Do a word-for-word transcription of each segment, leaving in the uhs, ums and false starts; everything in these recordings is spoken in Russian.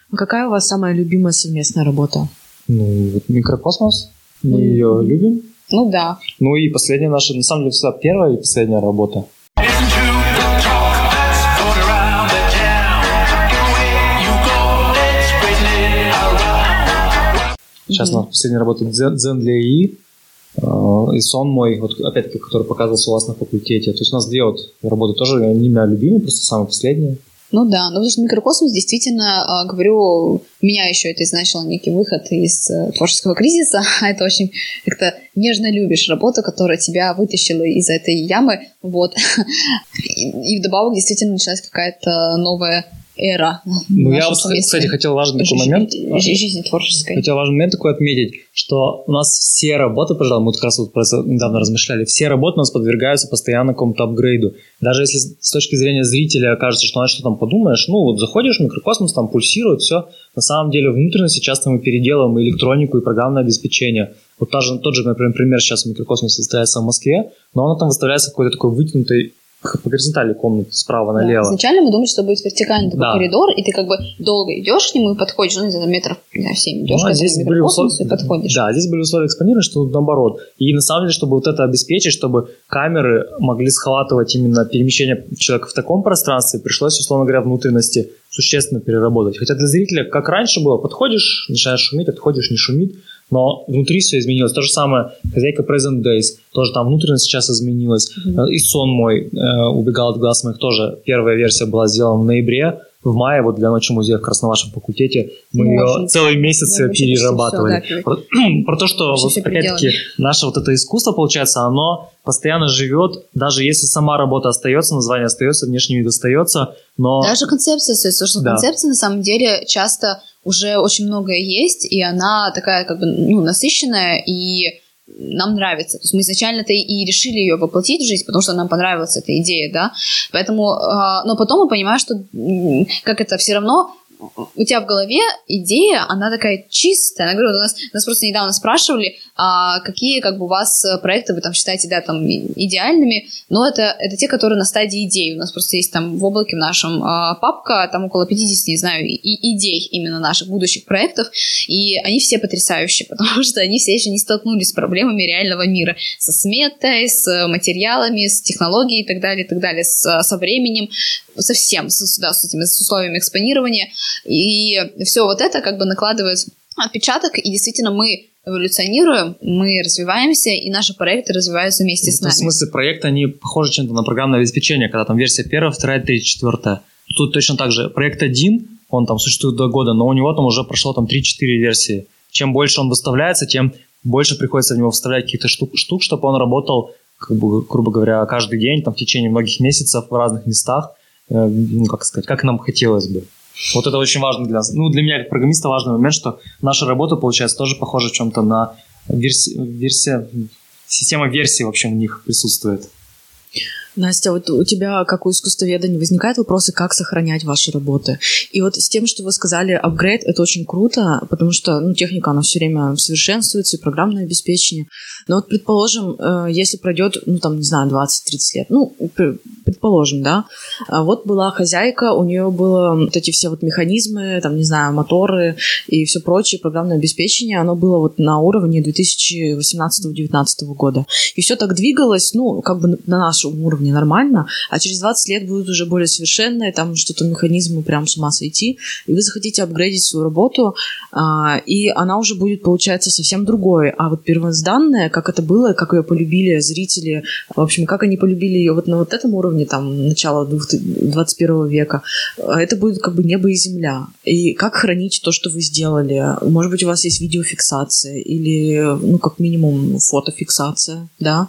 Какая у вас самая любимая совместная работа? Ну, вот «Микрокосмос». Мы mm-hmm. ее любим. Ну да. Ну и последняя наша, на самом деле, всегда первая и последняя работа. Сейчас mm-hmm. у нас последняя работа «Дзен для ИИ». И сон мой, вот опять-таки, который показывался у вас на факультете. То есть у нас две вот работы тоже, они меня любимы, просто самые последние. Ну да, ну потому что «Микрокосмос» действительно, говорю, меня еще это изначало некий выход из творческого кризиса, а это очень как-то нежно любишь работу, которая тебя вытащила из этой ямы, вот. И, и вдобавок действительно началась какая-то новая эра. Ну, я вот, кстати, хотел важный такой момент. Жизни творческой. Хотел важный момент такой отметить, что у нас все работы, пожалуй, мы как раз вот просто недавно размышляли, все работы у нас подвергаются постоянно какому-то апгрейду. Даже если с точки зрения зрителя кажется, что, что там подумаешь, ну, вот заходишь в «Микрокосмос», там пульсирует, все. На самом деле внутренности часто мы переделываем и электронику, и программное обеспечение. Вот та же, тот же, например, пример сейчас «Микрокосмос» выставляется в Москве, но оно там выставляется в какой-то такой вытянутой по горизонтали комнаты справа да. налево. Изначально мы думали, что будет вертикальный такой да. коридор, и ты как бы долго идешь к нему и подходишь, ну, не знаю, метров, не знаю, семь идешь, ну, а здесь были условия, и подходишь. Да, здесь были условия экспонирования, что наоборот. И на самом деле, чтобы вот это обеспечить, чтобы камеры могли схватывать именно перемещение человека в таком пространстве, пришлось, условно говоря, внутренности существенно переработать. Хотя для зрителя, как раньше было, подходишь, начинаешь шуметь, отходишь, не шумит, но внутри все изменилось. То же самое «Хозяйка Present Days», тоже там внутренность сейчас изменилась. Mm-hmm. И «Сон мой» э, «Убегал от глаз моих» тоже первая версия была сделана в ноябре. В мае, вот для Ночи музея как раз на вашем факультете, мы Может, ее целый месяц да, перерабатывали. Все, да, про, про то, что, вот, опять-таки, наше вот это искусство, получается, оно постоянно живет, даже если сама работа остается, название остается, внешний вид остается, но... Даже концепция остается, потому что да. концепция, на самом деле, часто уже очень многое есть, и она такая, как бы, ну, насыщенная, и нам нравится. То есть мы изначально-то и решили ее воплотить в жизнь, потому что нам понравилась эта идея, да. Поэтому, э, но потом мы понимаем, что как это все равно у тебя в голове идея, она такая чистая. Я говорю, у нас, нас просто недавно спрашивали, а какие как бы у вас проекты вы там считаете, да, там идеальными, но это, это те, которые на стадии идей. У нас просто есть там в облаке в нашем а, папка, там около пятьдесят, не знаю, и, идей именно наших будущих проектов, и они все потрясающие, потому что они все еще не столкнулись с проблемами реального мира, со сметой, с материалами, с технологией и так далее, и так далее, с, со временем, со всем, с, да, с этими с условиями экспонирования. И все вот это как бы накладывает отпечаток, и действительно мы эволюционируем, мы развиваемся, и наши проекты развиваются вместе с нами. В смысле, проекты, они похожи чем-то на программное обеспечение, когда там версия первая, вторая, третья, четвертая. Тут точно так же. Проект один, он там существует два года, но у него там уже прошло там три-четыре версии. Чем больше он выставляется, тем больше приходится в него вставлять каких-то штук, штук, чтобы он работал, как бы, грубо говоря, каждый день, там, в течение многих месяцев в разных местах, э, ну, как сказать, как нам хотелось бы. Вот это очень важно для нас. Ну, для меня, как программиста, важный момент, что наша работа, получается, тоже похожа в чем-то на верси... версия... Система версий, в общем, в них присутствует. Настя, вот у тебя, как у искусствоведа, не возникают вопросы, как сохранять ваши работы? И вот с тем, что вы сказали, апгрейд, это очень круто, потому что, ну, техника, она все время совершенствуется, и программное обеспечение. Но вот, предположим, если пройдет, ну, там, не знаю, двадцать-тридцать лет, ну, предположим, да, вот была «Хозяйка», у нее было вот эти все вот механизмы, там, не знаю, моторы и все прочее, программное обеспечение, оно было вот на уровне две тысячи восемнадцатого - две тысячи девятнадцатого года. И все так двигалось, ну, как бы на нашем уровне нормально, а через двадцать лет будут уже более совершенные, там что-то механизмы прям с ума сойти, и вы захотите апгрейдить свою работу, а, и она уже будет, получается, совсем другой. А вот первозданная, как это было, как ее полюбили зрители, в общем, как они полюбили ее вот на вот этом уровне, там, начала двадцать первого века, это будет как бы небо и земля. И как хранить то, что вы сделали? Может быть, у вас есть видеофиксация или, ну, как минимум, фотофиксация, да?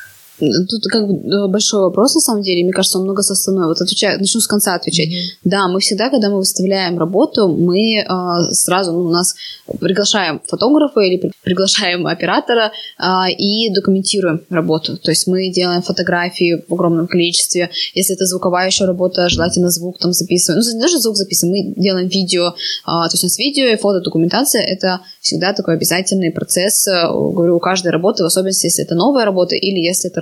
Тут как бы большой вопрос, на самом деле, мне кажется, он многосоставной. Вот отвечаю, начну с конца отвечать. Mm-hmm. Да, мы всегда, когда мы выставляем работу, мы э, сразу, ну, у нас приглашаем фотографа или при, приглашаем оператора э, и документируем работу. То есть мы делаем фотографии в огромном количестве. Если это звуковая еще работа, желательно звук там записываем. Ну, даже звук записываем. Мы делаем видео. Э, то есть у нас видео и фотодокументация — это всегда такой обязательный процесс. Говорю, у каждой работы, в особенности, если это новая работа или если это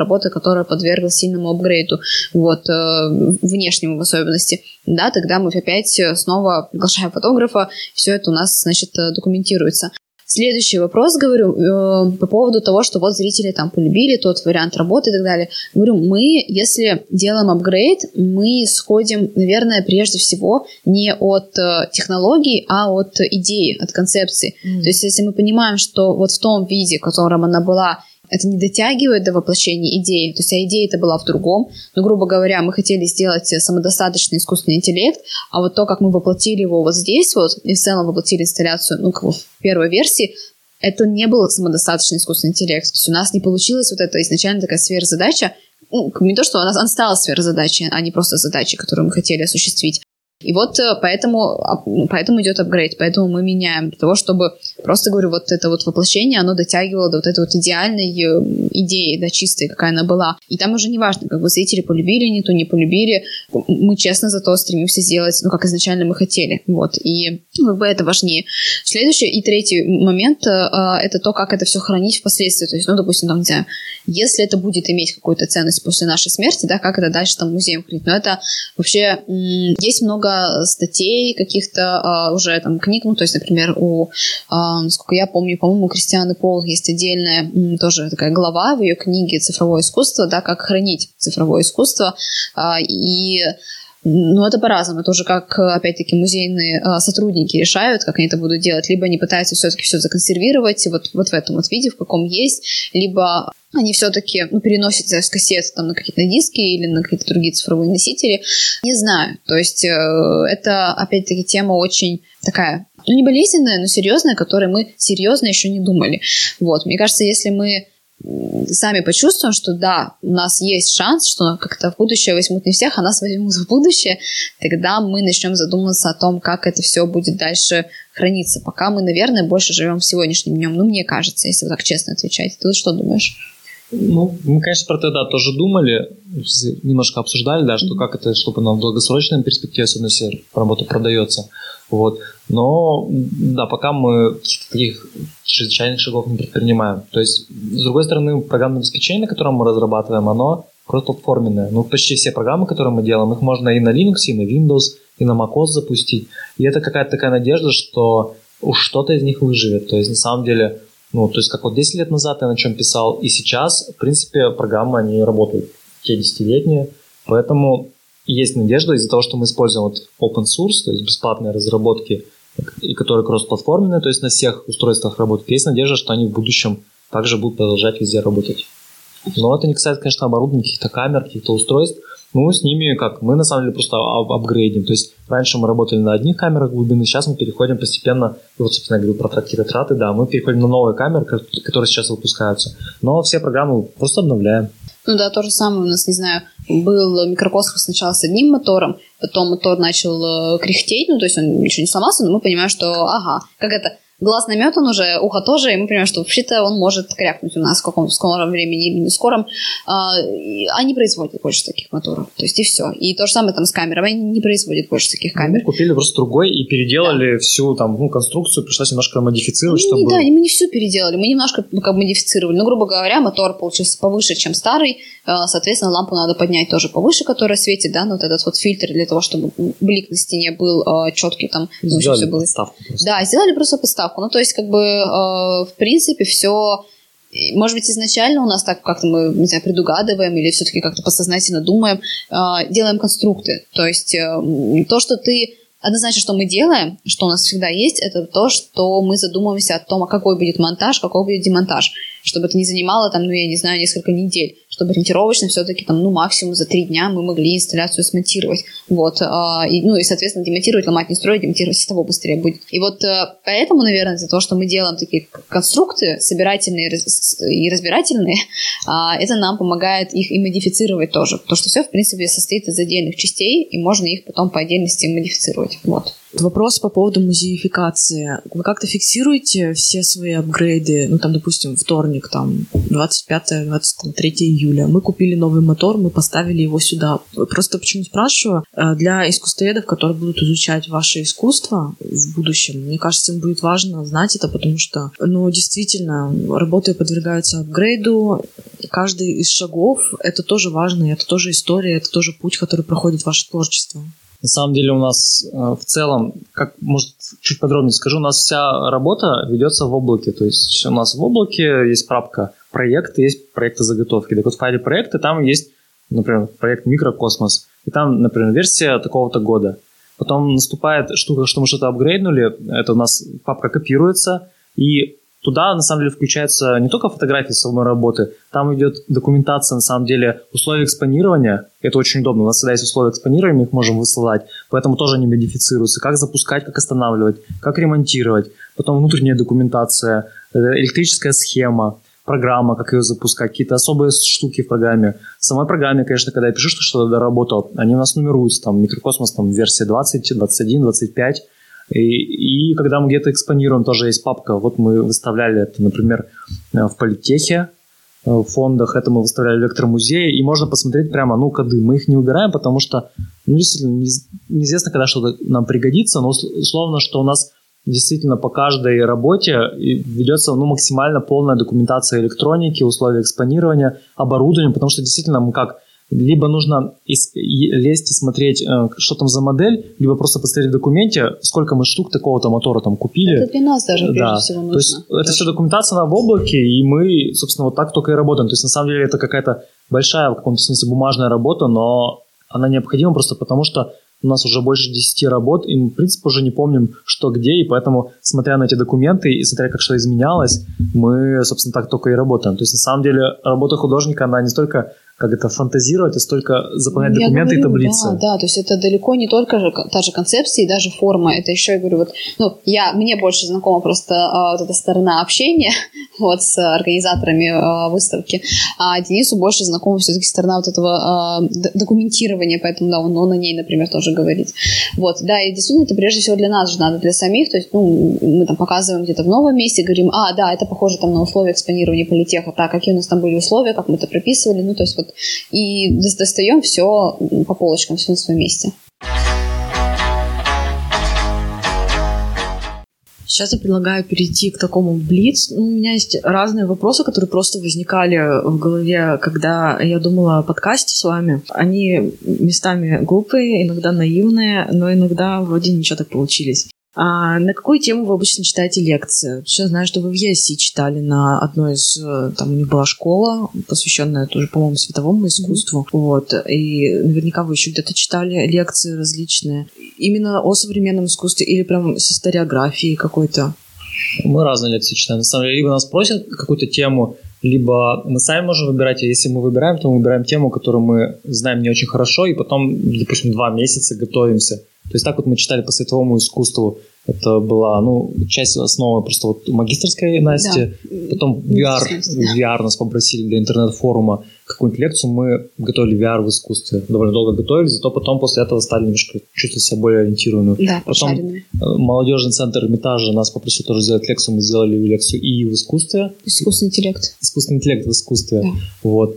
работа, которая подверглась сильному апгрейду, вот, внешнему в особенности, да, тогда мы опять снова приглашаем фотографа, все это у нас, значит, документируется. Следующий вопрос, говорю, э, по поводу того, что вот зрители там полюбили тот вариант работы и так далее. Говорю, мы, если делаем апгрейд, мы сходим, наверное, прежде всего не от э, технологий, а от идеи, от концепции. Mm. То есть, если мы понимаем, что вот в том виде, в котором она была, это не дотягивает до воплощения идеи. То есть, а идея-то была в другом. Но, грубо говоря, мы хотели сделать самодостаточный искусственный интеллект, а вот то, как мы воплотили его вот здесь вот, и в целом воплотили инсталляцию, ну, как в первой версии, это не был самодостаточный искусственный интеллект. То есть, у нас не получилась вот эта изначально такая сверхзадача. Ну, не то, что она, она стала сверхзадачей, а не просто задачей, которую мы хотели осуществить. И вот поэтому, поэтому идет апгрейд, поэтому мы меняем для того, чтобы, просто говорю, вот это вот воплощение, оно дотягивало до вот этой вот идеальной идеи, да, чистой, какая она была. И там уже не важно, как бы зрители полюбили, не то не полюбили, мы честно зато стремимся сделать, ну, как изначально мы хотели, вот, и ну, как бы это важнее. Следующий и третий момент, это то, как это все хранить впоследствии, то есть, ну, допустим, там, не знаю, если это будет иметь какую-то ценность после нашей смерти, да, как это дальше там музеем хранить, но это вообще, м- есть много статей, каких-то а, уже там книг, ну, то есть, например, у, а, насколько я помню, по-моему, у Кристианы Пол есть отдельная м, тоже такая глава в ее книге «Цифровое искусство», да, как хранить цифровое искусство, а, и ну, это по-разному. Это уже как, опять-таки, музейные э, сотрудники решают, как они это будут делать. Либо они пытаются все-таки все законсервировать вот, вот в этом вот виде, в каком есть, либо они все-таки ну, переносят с кассет там, на какие-то диски или на какие-то другие цифровые носители. Не знаю. То есть э, это, опять-таки, тема очень такая, ну, не болезненная, но серьезная, о которой мы серьезно еще не думали. Вот. Мне кажется, если мы сами почувствуем, что да, у нас есть шанс, что как-то в будущее возьмут не всех, а нас возьмут в будущее, тогда мы начнем задумываться о том, как это все будет дальше храниться. Пока мы, наверное, больше живем в сегодняшнем днем. Ну, мне кажется, если вот так честно отвечать. Ты что думаешь? Ну, мы, конечно, про это, да, тоже думали, немножко обсуждали, да, что mm-hmm. как это, чтобы нам в долгосрочной перспективе, особенно если работа продается, вот. Но, да, пока мы таких чрезвычайных шагов не предпринимаем. То есть, с другой стороны, программное обеспечение, которое мы разрабатываем, оно кроссплатформенное. Ну, почти все программы, которые мы делаем, их можно и на Linux, и на Windows, и на macOS запустить. И это какая-то такая надежда, что уж что-то из них выживет. То есть, на самом деле, ну, то есть, как вот десять лет назад я на чем писал, и сейчас, в принципе, программы, они работают, те десятилетние, поэтому есть надежда из-за того, что мы используем вот open source, то есть бесплатные разработки, и которые кроссплатформенные, то есть на всех устройствах работают, есть надежда, что они в будущем также будут продолжать везде работать. Но это не касается, конечно, оборудования, каких-то камер, каких-то устройств. Ну, с ними как? Мы, на самом деле, просто апгрейдим. То есть раньше мы работали на одних камерах глубины, сейчас мы переходим постепенно, и вот, собственно, я говорю про трактиротраты, да, мы переходим на новые камеры, которые сейчас выпускаются. Но все программы просто обновляем. Ну да, то же самое у нас, не знаю, был микрокосмос сначала с одним мотором, потом мотор начал кряхтеть, ну, то есть он ничего не сломался, но мы понимаем, что, ага, как это... Глаз наметан уже, ухо тоже, и мы понимаем, что вообще-то он может крякнуть у нас в каком-то скором времени или не скором. А, они производят больше таких моторов. То есть и все. И то же самое там с камерами. Они не производят больше таких камер. Мы купили просто другой и переделали да. всю там, ну, конструкцию, пришлось немножко модифицировать, ну, чтобы... Не, да, мы не всю переделали, мы немножко как модифицировали. Ну, грубо говоря, мотор получился повыше, чем старый. Соответственно, лампу надо поднять тоже повыше, которая светит, да, ну, вот этот вот фильтр для того, чтобы блик на стене был четкий там. Сделали все было. подставку просто. Да, сделали просто подставку. Ну, то есть, как бы, э, в принципе, все, может быть, изначально у нас так как-то мы, не знаю, предугадываем или все-таки как-то подсознательно думаем, э, делаем конструкты. То есть, э, то, что ты... Однозначно, что мы делаем, что у нас всегда есть, это то, что мы задумываемся о том, а какой будет монтаж, какой будет демонтаж. Чтобы это не занимало, там, ну, я не знаю, несколько недель. Чтобы ориентировочно все-таки, там, ну, максимум за три дня мы могли инсталляцию смонтировать. Вот. А, и, ну, и, соответственно, демонтировать, ломать не строить, демонтировать с того быстрее будет. И вот а, поэтому, наверное, из-за того, что мы делаем такие конструкты, собирательные и разбирательные, а, это нам помогает их и модифицировать тоже. Потому что все, в принципе, состоит из отдельных частей, и можно их потом по отдельности модифицировать. Вот. Вопрос по поводу музеификации. Вы как-то фиксируете все свои апгрейды? Ну, там, допустим, вторник, там, двадцать пятое - двадцать третье июля. Мы купили новый мотор, мы поставили его сюда. Просто почему спрашиваю? Для искусствоведов, которые будут изучать ваше искусство в будущем, мне кажется, им будет важно знать это, потому что, ну, действительно, работы подвергаются апгрейду, каждый из шагов — это тоже важно, это тоже история, это тоже путь, который проходит ваше творчество. На самом деле у нас э, в целом, как, может, чуть подробнее скажу, у нас вся работа ведется в облаке. То есть у нас в облаке есть папка проекты, есть проекты заготовки. Так вот в файле проекты там есть, например, проект «Микрокосмос». И там, например, версия такого-то года. Потом наступает штука, что мы что-то апгрейднули. Это у нас папка копируется. И туда, на самом деле, включаются не только фотографии самой работы, там идет документация, на самом деле, условий экспонирования. Это очень удобно. У нас всегда есть условия экспонирования, мы их можем высылать. Поэтому тоже они модифицируются. Как запускать, как останавливать, как ремонтировать. Потом внутренняя документация, электрическая схема, программа, как ее запускать, какие-то особые штуки в программе. В самой программе, конечно, когда я пишу, что что-то доработал, они у нас нумеруются. Там «Микрокосмос», там версия двадцать, двадцать один, двадцать пять. И, и когда мы где-то экспонируем, тоже есть папка. Вот мы выставляли это, например, в Политехе, в фондах. Это мы выставляли в электромузее. И можно посмотреть прямо, ну, коды. Мы их не убираем, потому что, ну, действительно, неизвестно, когда что-то нам пригодится. Но условно, что у нас действительно по каждой работе ведется, ну, максимально полная документация электроники, условия экспонирования, оборудования. Потому что действительно мы как... Либо нужно лезть и смотреть, что там за модель, либо просто посмотреть в документе, сколько мы штук такого-то мотора там купили. Это для нас даже, прежде да. всего, нужно. То есть тоже. Это все документация на в облаке, и мы, собственно, вот так только и работаем. То есть, на самом деле, это какая-то большая, в каком-то смысле, бумажная работа, но она необходима просто потому, что у нас уже больше десяти работ, и мы, в принципе, уже не помним, что где, и поэтому, смотря на эти документы и смотря, как что изменялось, мы, собственно, так только и работаем. То есть, на самом деле, работа художника, она не столько... как это фантазировать, а столько заполнять я документы говорю, и таблицы. Да, да, то есть это далеко не только же, та же концепция и даже форма, это еще, я говорю, вот, ну, я, мне больше знакома просто а, вот эта сторона общения вот с организаторами а, выставки, а Денису больше знакома все-таки сторона вот этого а, документирования, поэтому, да, он, он о ней, например, тоже говорит. Вот, да, и действительно, это прежде всего для нас же надо, для самих, то есть, ну, мы там показываем где-то в новом месте, говорим, а, да, это похоже там на условия экспонирования Политеха, так, какие у нас там были условия, как мы это прописывали, ну, то есть вот и достаем все по полочкам, все на своем месте. Сейчас я предлагаю перейти к такому блиц. У меня есть разные вопросы, которые просто возникали в голове, когда я думала о подкасте с вами. Они местами глупые, иногда наивные, но иногда вроде ничего так получились. А на какую тему вы обычно читаете лекции? Я знаю, что вы в ЕСИ читали на одной из... Там у них была школа, посвященная тоже, по-моему, световому искусству. Mm-hmm. Вот. И наверняка вы еще где-то читали лекции различные. Именно о современном искусстве или прям с историографией какой-то? Мы разные лекции читаем. На самом деле, либо нас просят какую-то тему, либо мы сами можем выбирать. А если мы выбираем, то мы выбираем тему, которую мы знаем не очень хорошо, и потом, допустим, два месяца готовимся. То есть так вот мы читали по световому искусству. Это была, ну, часть основы просто вот магистерской Насти. Да. Потом ви ар, ви ар нас попросили для интернет-форума какую-нибудь лекцию. Мы готовили ви ар в искусстве. Довольно долго готовили, зато потом после этого стали немножко чувствовать себя более ориентированную. Да, потом пошаренными. Молодежный центр Эрмитажа нас попросил тоже сделать лекцию. Мы сделали лекцию и в искусстве. Искусственный интеллект. Искусственный интеллект в искусстве. Да. Вот.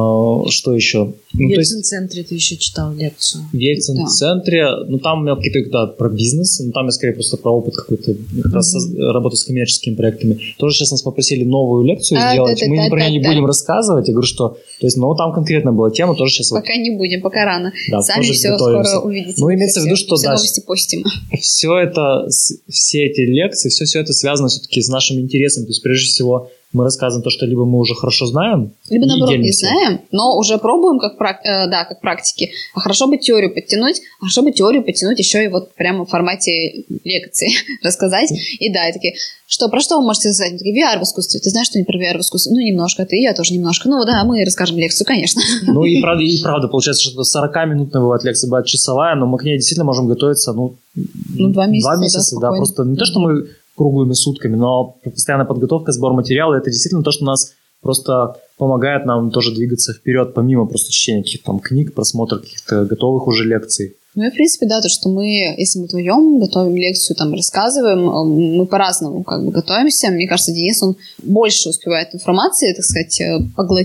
Что еще? В ну, Ельцин-центре ты еще читал лекцию. В Ельцин-центре, да. Ну там у меня какие-то да, про бизнес, ну там я скорее просто про опыт какой-то, как mm-hmm. раз работу с коммерческими проектами. Тоже сейчас нас попросили новую лекцию а, сделать, да, да, мы да, про нее да, не да. будем рассказывать, я говорю, что, то есть, ну там конкретно была тема, тоже сейчас... Пока вот, не будем, пока рано, да, сами все готовимся. Скоро увидите. Ну имеется в виду, что все да, новости постим. Все это, все эти лекции, все, все это связано все-таки с нашим интересом, то есть прежде всего мы рассказываем то, что либо мы уже хорошо знаем, либо наоборот не знаем, но уже пробуем как, э, да, как практики. А хорошо бы теорию подтянуть, а хорошо бы теорию подтянуть еще и вот прямо в формате лекции рассказать. И да, и такие, что, про что вы можете сказать? Мы такие, ви ар в искусстве. Ты знаешь, что не про ви ар в искусстве? Ну, немножко, ты и я тоже немножко. Ну, да, мы расскажем лекцию, конечно. Ну, и правда, и правда получается, что сорокаминутная бывает лекция, бывает часовая, но мы к ней действительно можем готовиться, ну, ну два месяца, два месяца да, да, просто не то, что мы круглыми сутками, но постоянная подготовка, сбор материала, это действительно то, что нас просто помогает нам тоже двигаться вперед, помимо просто чтения каких-то там книг, просмотра каких-то готовых уже лекций. Ну и, в принципе, да, то, что мы, если мы вдвоем готовим лекцию, там, рассказываем, мы по-разному как бы готовимся. Мне кажется, Денис, он больше успевает информации, так сказать, поглотить,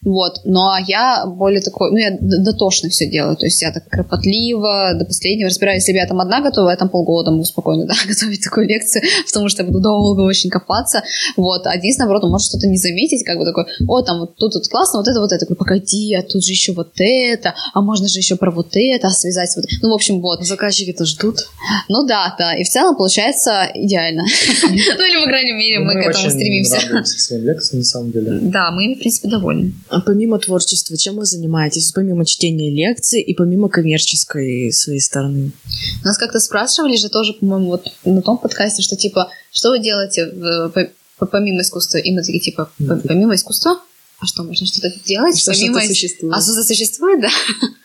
вот, но я более такой, ну, я дотошно все делаю, то есть я так кропотливо, до последнего разбираюсь, если я там одна готова, я там полгода могу спокойно, да, готовить такую лекцию, потому что я буду долго очень копаться, вот, а здесь, наоборот, он может что-то не заметить, как бы такой, о, там, вот тут вот классно, вот это, вот это, такой, погоди, а тут же еще вот это, а можно же еще про вот это связать, вот, ну, в общем, вот. Заказчики-то ждут. Ну, да, да, и в целом получается идеально, ну, или, по крайней мере, мы к этому стремимся. Мы радуемся своим лекциям, на самом деле. Да, мы ими, в принципе, довольны. А помимо творчества, чем вы занимаетесь? Помимо чтения лекций и помимо коммерческой своей стороны? Нас как-то спрашивали же тоже, по-моему, вот на том подкасте, что типа, что вы делаете в, по, помимо искусства? И мы такие, типа, помимо искусства? А что, можно что-то делать? Что помимо... что-то существует. А что-то существует, да?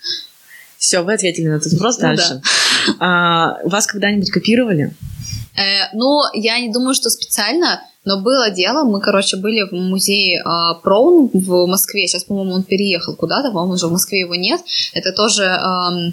Все, вы ответили на этот вопрос. Ну, дальше. Да. А, вас когда-нибудь копировали? Э, ну, я не думаю, что специально, но было дело, мы, короче, были в музее э, Проун в Москве, сейчас, по-моему, он переехал куда-то, по-моему, уже в Москве его нет, это тоже, э,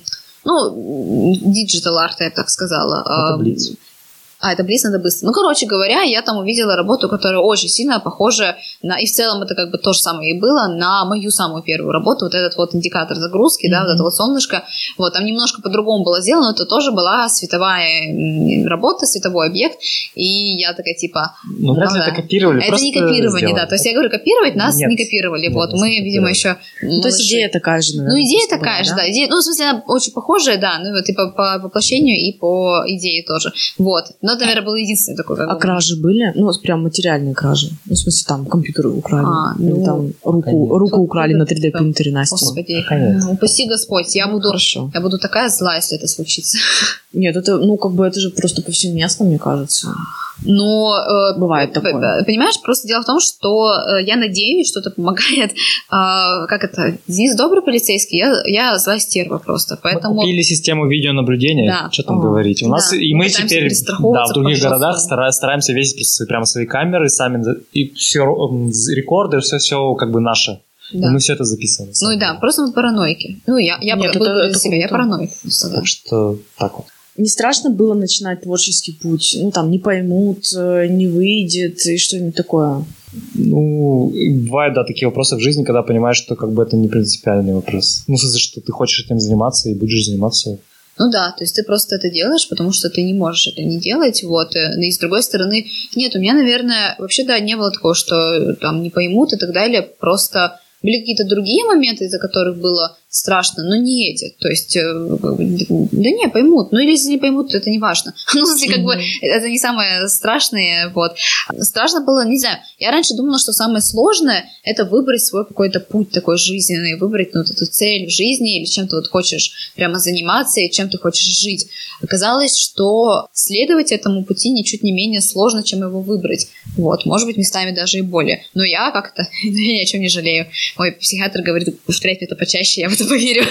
ну, digital art, я бы так сказала. Это Блиц. А, это Блиц, надо быстро. Ну, короче говоря, я там увидела работу, которая очень сильно похожа на... И в целом это как бы то же самое и было на мою самую первую работу. Вот этот вот индикатор загрузки, mm-hmm. да, вот это вот солнышко. Вот, там немножко по-другому было сделано, но это тоже была световая работа, световой объект. И я такая, типа... Ну, вряд ли да. это копировали, Это не копирование, сделали. да. То есть я говорю, копировать нас Нет. не копировали. Нет, вот, нас мы, не видимо, копировали. еще... Ну, то есть идея такая же, наверное. Ну, идея такая была, же, да. да. Идея, ну, в смысле, она очень похожая, да. Ну, вот и по, по воплощению, и по идее тоже. Вот. Но это, наверное, было единственное такое. Как а кражи были? Ну, прям материальные кражи. Ну, в смысле, там компьютеры украли. А, Или ну, там руку, руку украли на три дэ принтере Насти. Господи, ну, упаси Господь. Я буду, Хорошо. я буду такая злая, если это случится. Нет, это, ну, как бы это же просто повсеместно, мне кажется. Но э, бывает такое. Понимаешь, просто дело в том, что э, я надеюсь, что это помогает. Э, как это? Денис добрый полицейский, я, я злая стерва просто. Поэтому... Мы купили систему видеорнабления, да. Что там а, говорить. У нас да. и мы, мы теперь да, в других городах стараемся весить прямо свои камеры, сами и все рекорды, все, все как бы наше. Да. И мы все это записываем. Ну и да, просто мы параноики. Ну, я, я Нет, буду это, для себя, я параноик. Так что так вот. Не страшно было начинать творческий путь? Ну, там, не поймут, не выйдет и что-нибудь такое? Ну, бывают, да, такие вопросы в жизни, когда понимаешь, что как бы это не принципиальный вопрос. Ну, в смысле, что ты хочешь этим заниматься и будешь заниматься. Ну да, то есть ты просто это делаешь, потому что ты не можешь это не делать, вот. И с другой стороны, нет, у меня, наверное, вообще, да, не было такого, что там не поймут и так далее, просто... Были какие-то другие моменты, из-за которых было страшно, но не эти. То есть, да не, поймут. Ну, или если не поймут, то это не важно. Ну, в смысле, как бы, это не самое страшное, вот. Страшно было, не знаю, я раньше думала, что самое сложное — это выбрать свой какой-то путь такой жизненный, выбрать, ну, вот эту цель в жизни, или чем ты вот хочешь прямо заниматься, и чем ты хочешь жить. Оказалось, что следовать этому пути ничуть не менее сложно, чем его выбрать. Вот, может быть, местами даже и более. Но я как-то, я ни о чем не жалею. Мой психиатр говорит, повторять мне это почаще, я в это поверю.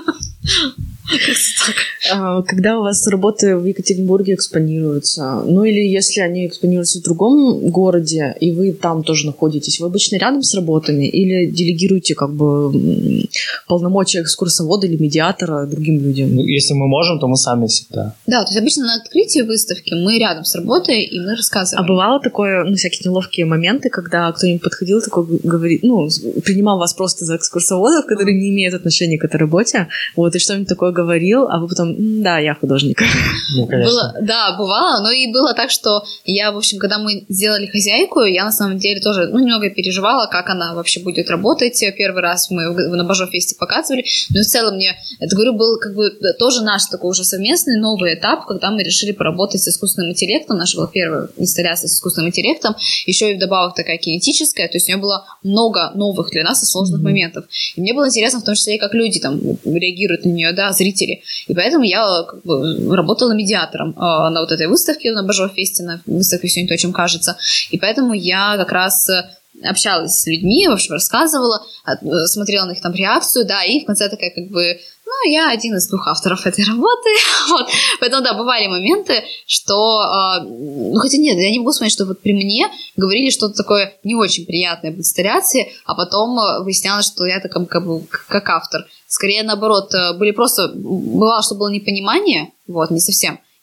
Когда у вас работы в Екатеринбурге экспонируются, ну или если они экспонируются в другом городе, и вы там тоже находитесь, вы обычно рядом с работами или делегируете как бы полномочия экскурсовода или медиатора другим людям? Ну, если мы можем, то мы сами всегда. Да, то есть обычно на открытии выставки мы рядом с работой, и мы рассказываем. А бывало такое, ну, всякие неловкие моменты, когда кто-нибудь подходил, такой говорит, ну, принимал вас просто за экскурсоводов, которые не имеют отношения к этой работе, вот, и что-нибудь такое говорил, а вы потом, да, я художник. Ну, конечно. Было, да, бывало, но и было так, что я, в общем, когда мы сделали хозяйку, я на самом деле тоже, ну, немного переживала, как она вообще будет работать. Первый раз мы на Бажов-фесте показывали, но в целом мне, это, говорю, был как бы тоже наш такой уже совместный новый этап, когда мы решили поработать с искусственным интеллектом. Наша была первая инсталляция с искусственным интеллектом, еще и вдобавок такая кинетическая, то есть у нее было много новых для нас и сложных mm-hmm. моментов. И мне было интересно в том числе, как люди там реагируют на нее, да, зрители. И поэтому я как бы работала медиатором э, на вот этой выставке, на Бажов-фесте, на выставке «Все не то, чем кажется». И поэтому я как раз общалась с людьми, в общем, рассказывала, смотрела на их там реакцию, да, и в конце такая как бы, ну, я один из двух авторов этой работы, вот, поэтому, да, бывали моменты, что, э, ну, хотя нет, я не могу вспомнить, что вот при мне говорили что-то такое не очень приятное в инсталляции, а потом выяснялось, что я такая как бы как автор. Скорее, наоборот, были просто, бывало, что было непонимание, вот, не совсем,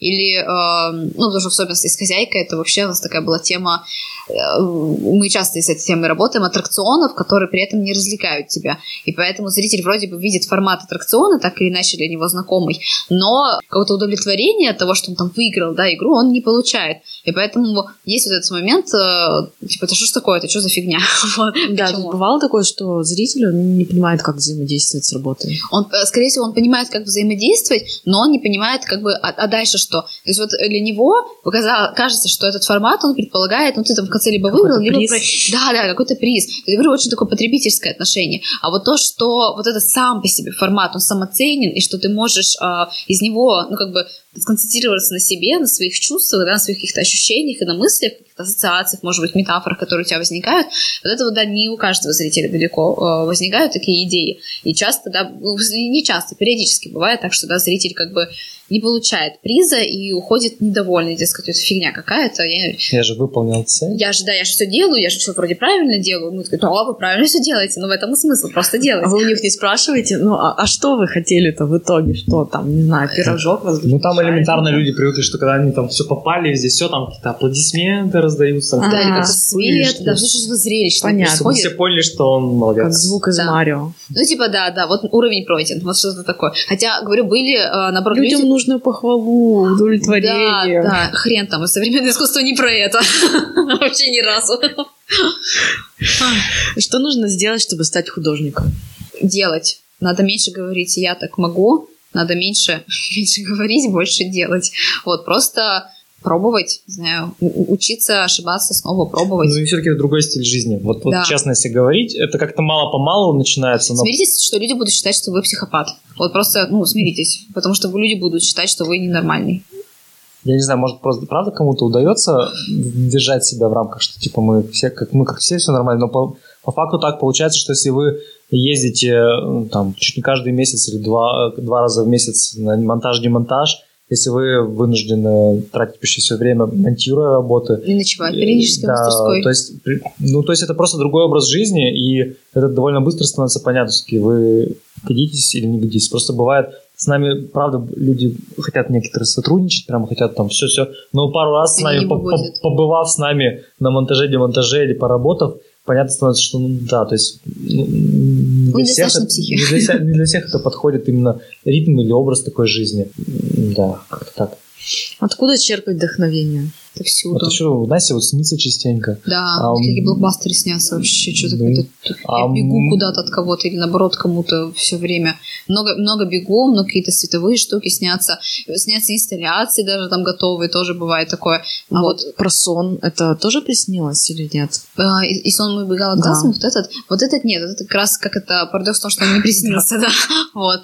или, э, ну, потому что в особенности с хозяйкой, это вообще у нас такая была тема, э, мы часто с этой темой работаем, аттракционов, которые при этом не развлекают тебя. И поэтому зритель вроде бы видит формат аттракциона, так или иначе для него знакомый, но какого-то удовлетворения от того, что он там выиграл, да, игру, он не получает. И поэтому есть вот этот момент, э, типа, это что ж такое, это что за фигня? Да, тут бывало такое, что зритель не понимает, как взаимодействовать с работой. Он, скорее всего, он понимает, как взаимодействовать, но он не понимает, как бы, а, а дальше что? То есть вот для него показалось, кажется, что этот формат, он предполагает, ну, ты там в конце либо выиграл, либо... Приз. Да, да, какой-то приз. То есть, я говорю, очень такое потребительское отношение. А вот то, что вот этот сам по себе формат, он самоценен, и что ты можешь э, из него, ну, как бы, сконцентрироваться на себе, на своих чувствах, да, на своих каких-то ощущениях и на мыслях, каких-то ассоциациях, может быть, метафорах, которые у тебя возникают, вот это вот, да, не у каждого зрителя далеко э, возникают такие идеи. И часто, да, не часто, периодически бывает так, что, да, зритель как бы не получает приза и уходит недовольный, дескать, это фигня какая-то. Я, я же выполнил цель. Я же, да, я же все делаю, я же все вроде правильно делаю. Мы такие, да, вы правильно все делаете, но в этом и смысл, просто делать. А вы у них не спрашиваете, ну, а, а что вы хотели-то в итоге? Что там, не знаю, пирожок возле? Ну, там элементарно люди привыкли, что когда они там все попали, везде все, там какие-то аплодисменты раздаются. Да, или как-то свет, да, что же за зрелище происходит. Все поняли, что он молодец. Как звук из да. Марио. Ну, типа, да, да, вот уровень пройден, вот что-то такое. Хотя, говорю, были, наоборот, людям люди... нужно похвалу, удовлетворение. Да, да, хрен там, и современное искусство не про это. Вообще ни разу. Что нужно сделать, чтобы стать художником? Делать. Надо меньше говорить «я так могу», надо меньше, меньше говорить, больше делать. Вот, просто пробовать, не знаю, учиться, ошибаться, снова пробовать. Ну и все-таки другой стиль жизни. Вот, да. вот честно, если говорить, это как-то мало-помалу начинается. Но... Смиритесь, что люди будут считать, что вы психопат. Вот просто, ну, смиритесь, потому что люди будут считать, что вы ненормальный. Я не знаю, может, просто правда кому-то удается держать себя в рамках, что типа мы все, как мы как все, все нормально, но по, по факту так получается, что если вы ездите там чуть не каждый месяц или два, два раза в месяц на монтаж-демонтаж, если вы вынуждены тратить почти все время, монтируя работы. И ночевать периодически в мастерской. То есть, ну, то есть это просто другой образ жизни, и это довольно быстро становится понятно, все-таки вы годитесь или не годитесь. Просто бывает, с нами, правда, люди хотят некоторые сотрудничать, прямо хотят там все-все, но пару раз с нами, побывав с нами на монтаже, демонтаже или поработав, понятно становится, что, ну, да, то есть ну, не, для всех это, не, для, не для всех это подходит именно ритм или образ такой жизни. Да, как-то так. Откуда черпать вдохновение? Это всюду. Вот еще, знаете, вот снится частенько. Да, а, какие блокбастеры снятся вообще, что-то да. какое-то... А, я бегу куда-то от кого-то или, наоборот, кому-то все время. Много, много бегу, много какие-то световые штуки снятся. Снятся инсталляции даже там готовые, тоже бывает такое. А вот, вот про сон, это тоже приснилось или нет? А, и, и сон мой бегал от да. вот этот. Вот этот нет, это как раз как это парадокс в том, что он не приснился, да. Вот.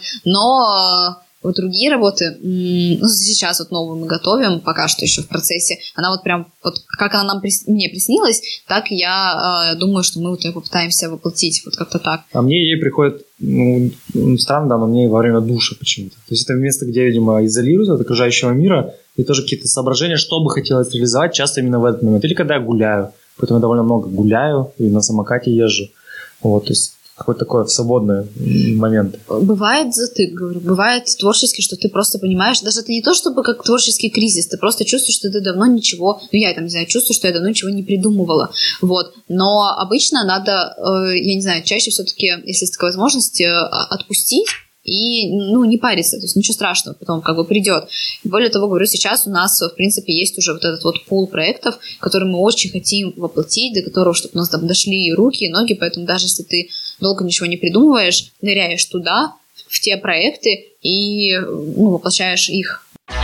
Но... Вот другие работы, ну, сейчас вот новую мы готовим, пока что еще в процессе. Она вот прям, вот как она нам, мне приснилась, так я э, думаю, что мы вот ее попытаемся воплотить, вот как-то так. А мне ей приходит, ну, странно, да, но мне во время душа почему-то. То есть это место, где, видимо, изолируют от окружающего мира, и тоже какие-то соображения, что бы хотелось реализовать, часто именно в этот момент. Или когда я гуляю, поэтому я довольно много гуляю, и на самокате езжу. Вот, то есть какой-то такой свободный момент. Бывает затык, говорю, бывает творчески, что ты просто понимаешь, даже это не то, чтобы как творческий кризис, ты просто чувствуешь, что ты давно ничего, ну я там, не знаю, чувствую, что я давно ничего не придумывала, вот, но обычно надо, э, я не знаю, чаще все-таки, если есть такая возможность, э, отпустить, и, ну, не париться, то есть ничего страшного, потом как бы придет. Более того, говорю, сейчас у нас, в принципе, есть уже вот этот вот пул проектов, которые мы очень хотим воплотить, до которого, чтобы у нас там дошли руки и ноги, поэтому даже если ты долго ничего не придумываешь, ныряешь туда, в те проекты и, ну, воплощаешь их.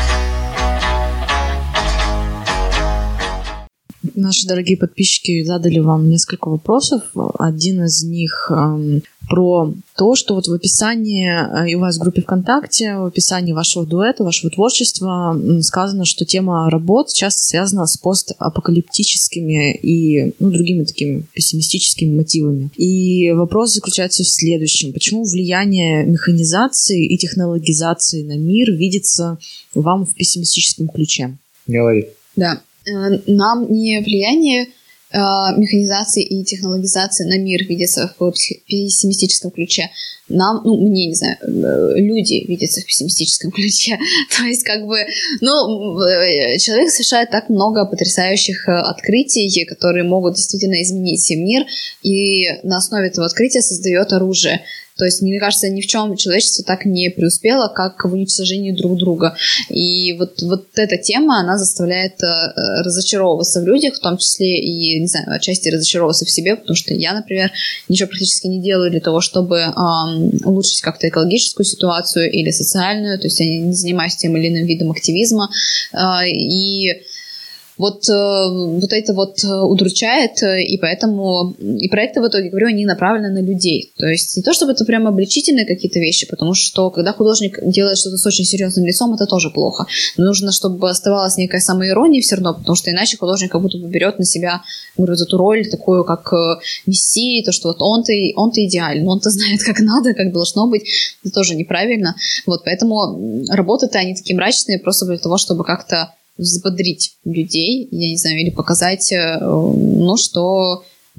Наши дорогие подписчики задали вам несколько вопросов. Один из них эм, про то, что вот в описании, и у вас в группе ВКонтакте, в описании вашего дуэта, вашего творчества сказано, что тема работ часто связана с постапокалиптическими и, ну, другими такими пессимистическими мотивами. И вопрос заключается в следующем. Почему влияние механизации и технологизации на мир видится вам в пессимистическом ключе? Говори. Да. Нам не влияние механизации и технологизации на мир видится в пессимистическом ключе. Нам, ну, мне, не знаю, люди видятся в пессимистическом ключе. То есть, как бы, ну, человек совершает так много потрясающих открытий, которые могут действительно изменить мир, и на основе этого открытия создает оружие. То есть, мне кажется, ни в чем человечество так не преуспело, как в уничтожении друг друга. И вот, вот эта тема, она заставляет э, разочаровываться в людях, в том числе и, не знаю, отчасти разочаровываться в себе, потому что я, например, ничего практически не делаю для того, чтобы э, улучшить как-то экологическую ситуацию или социальную. То есть, я не занимаюсь тем или иным видом активизма. Э, и Вот, вот это вот удручает, и поэтому и проекты в итоге, говорю, они направлены на людей. То есть не то, чтобы это прямо обличительные какие-то вещи, потому что когда художник делает что-то с очень серьезным лицом, это тоже плохо. Но нужно, чтобы оставалась некая самоирония все равно, потому что иначе художник как будто бы берет на себя, говорю, эту роль такую, как мессии, то, что вот он-то, он-то идеален, он-то знает, как надо, как должно быть. Это тоже неправильно. Вот, поэтому работы-то они такие мрачные просто для того, чтобы как-то взбодрить людей, я не знаю, или показать, ну, что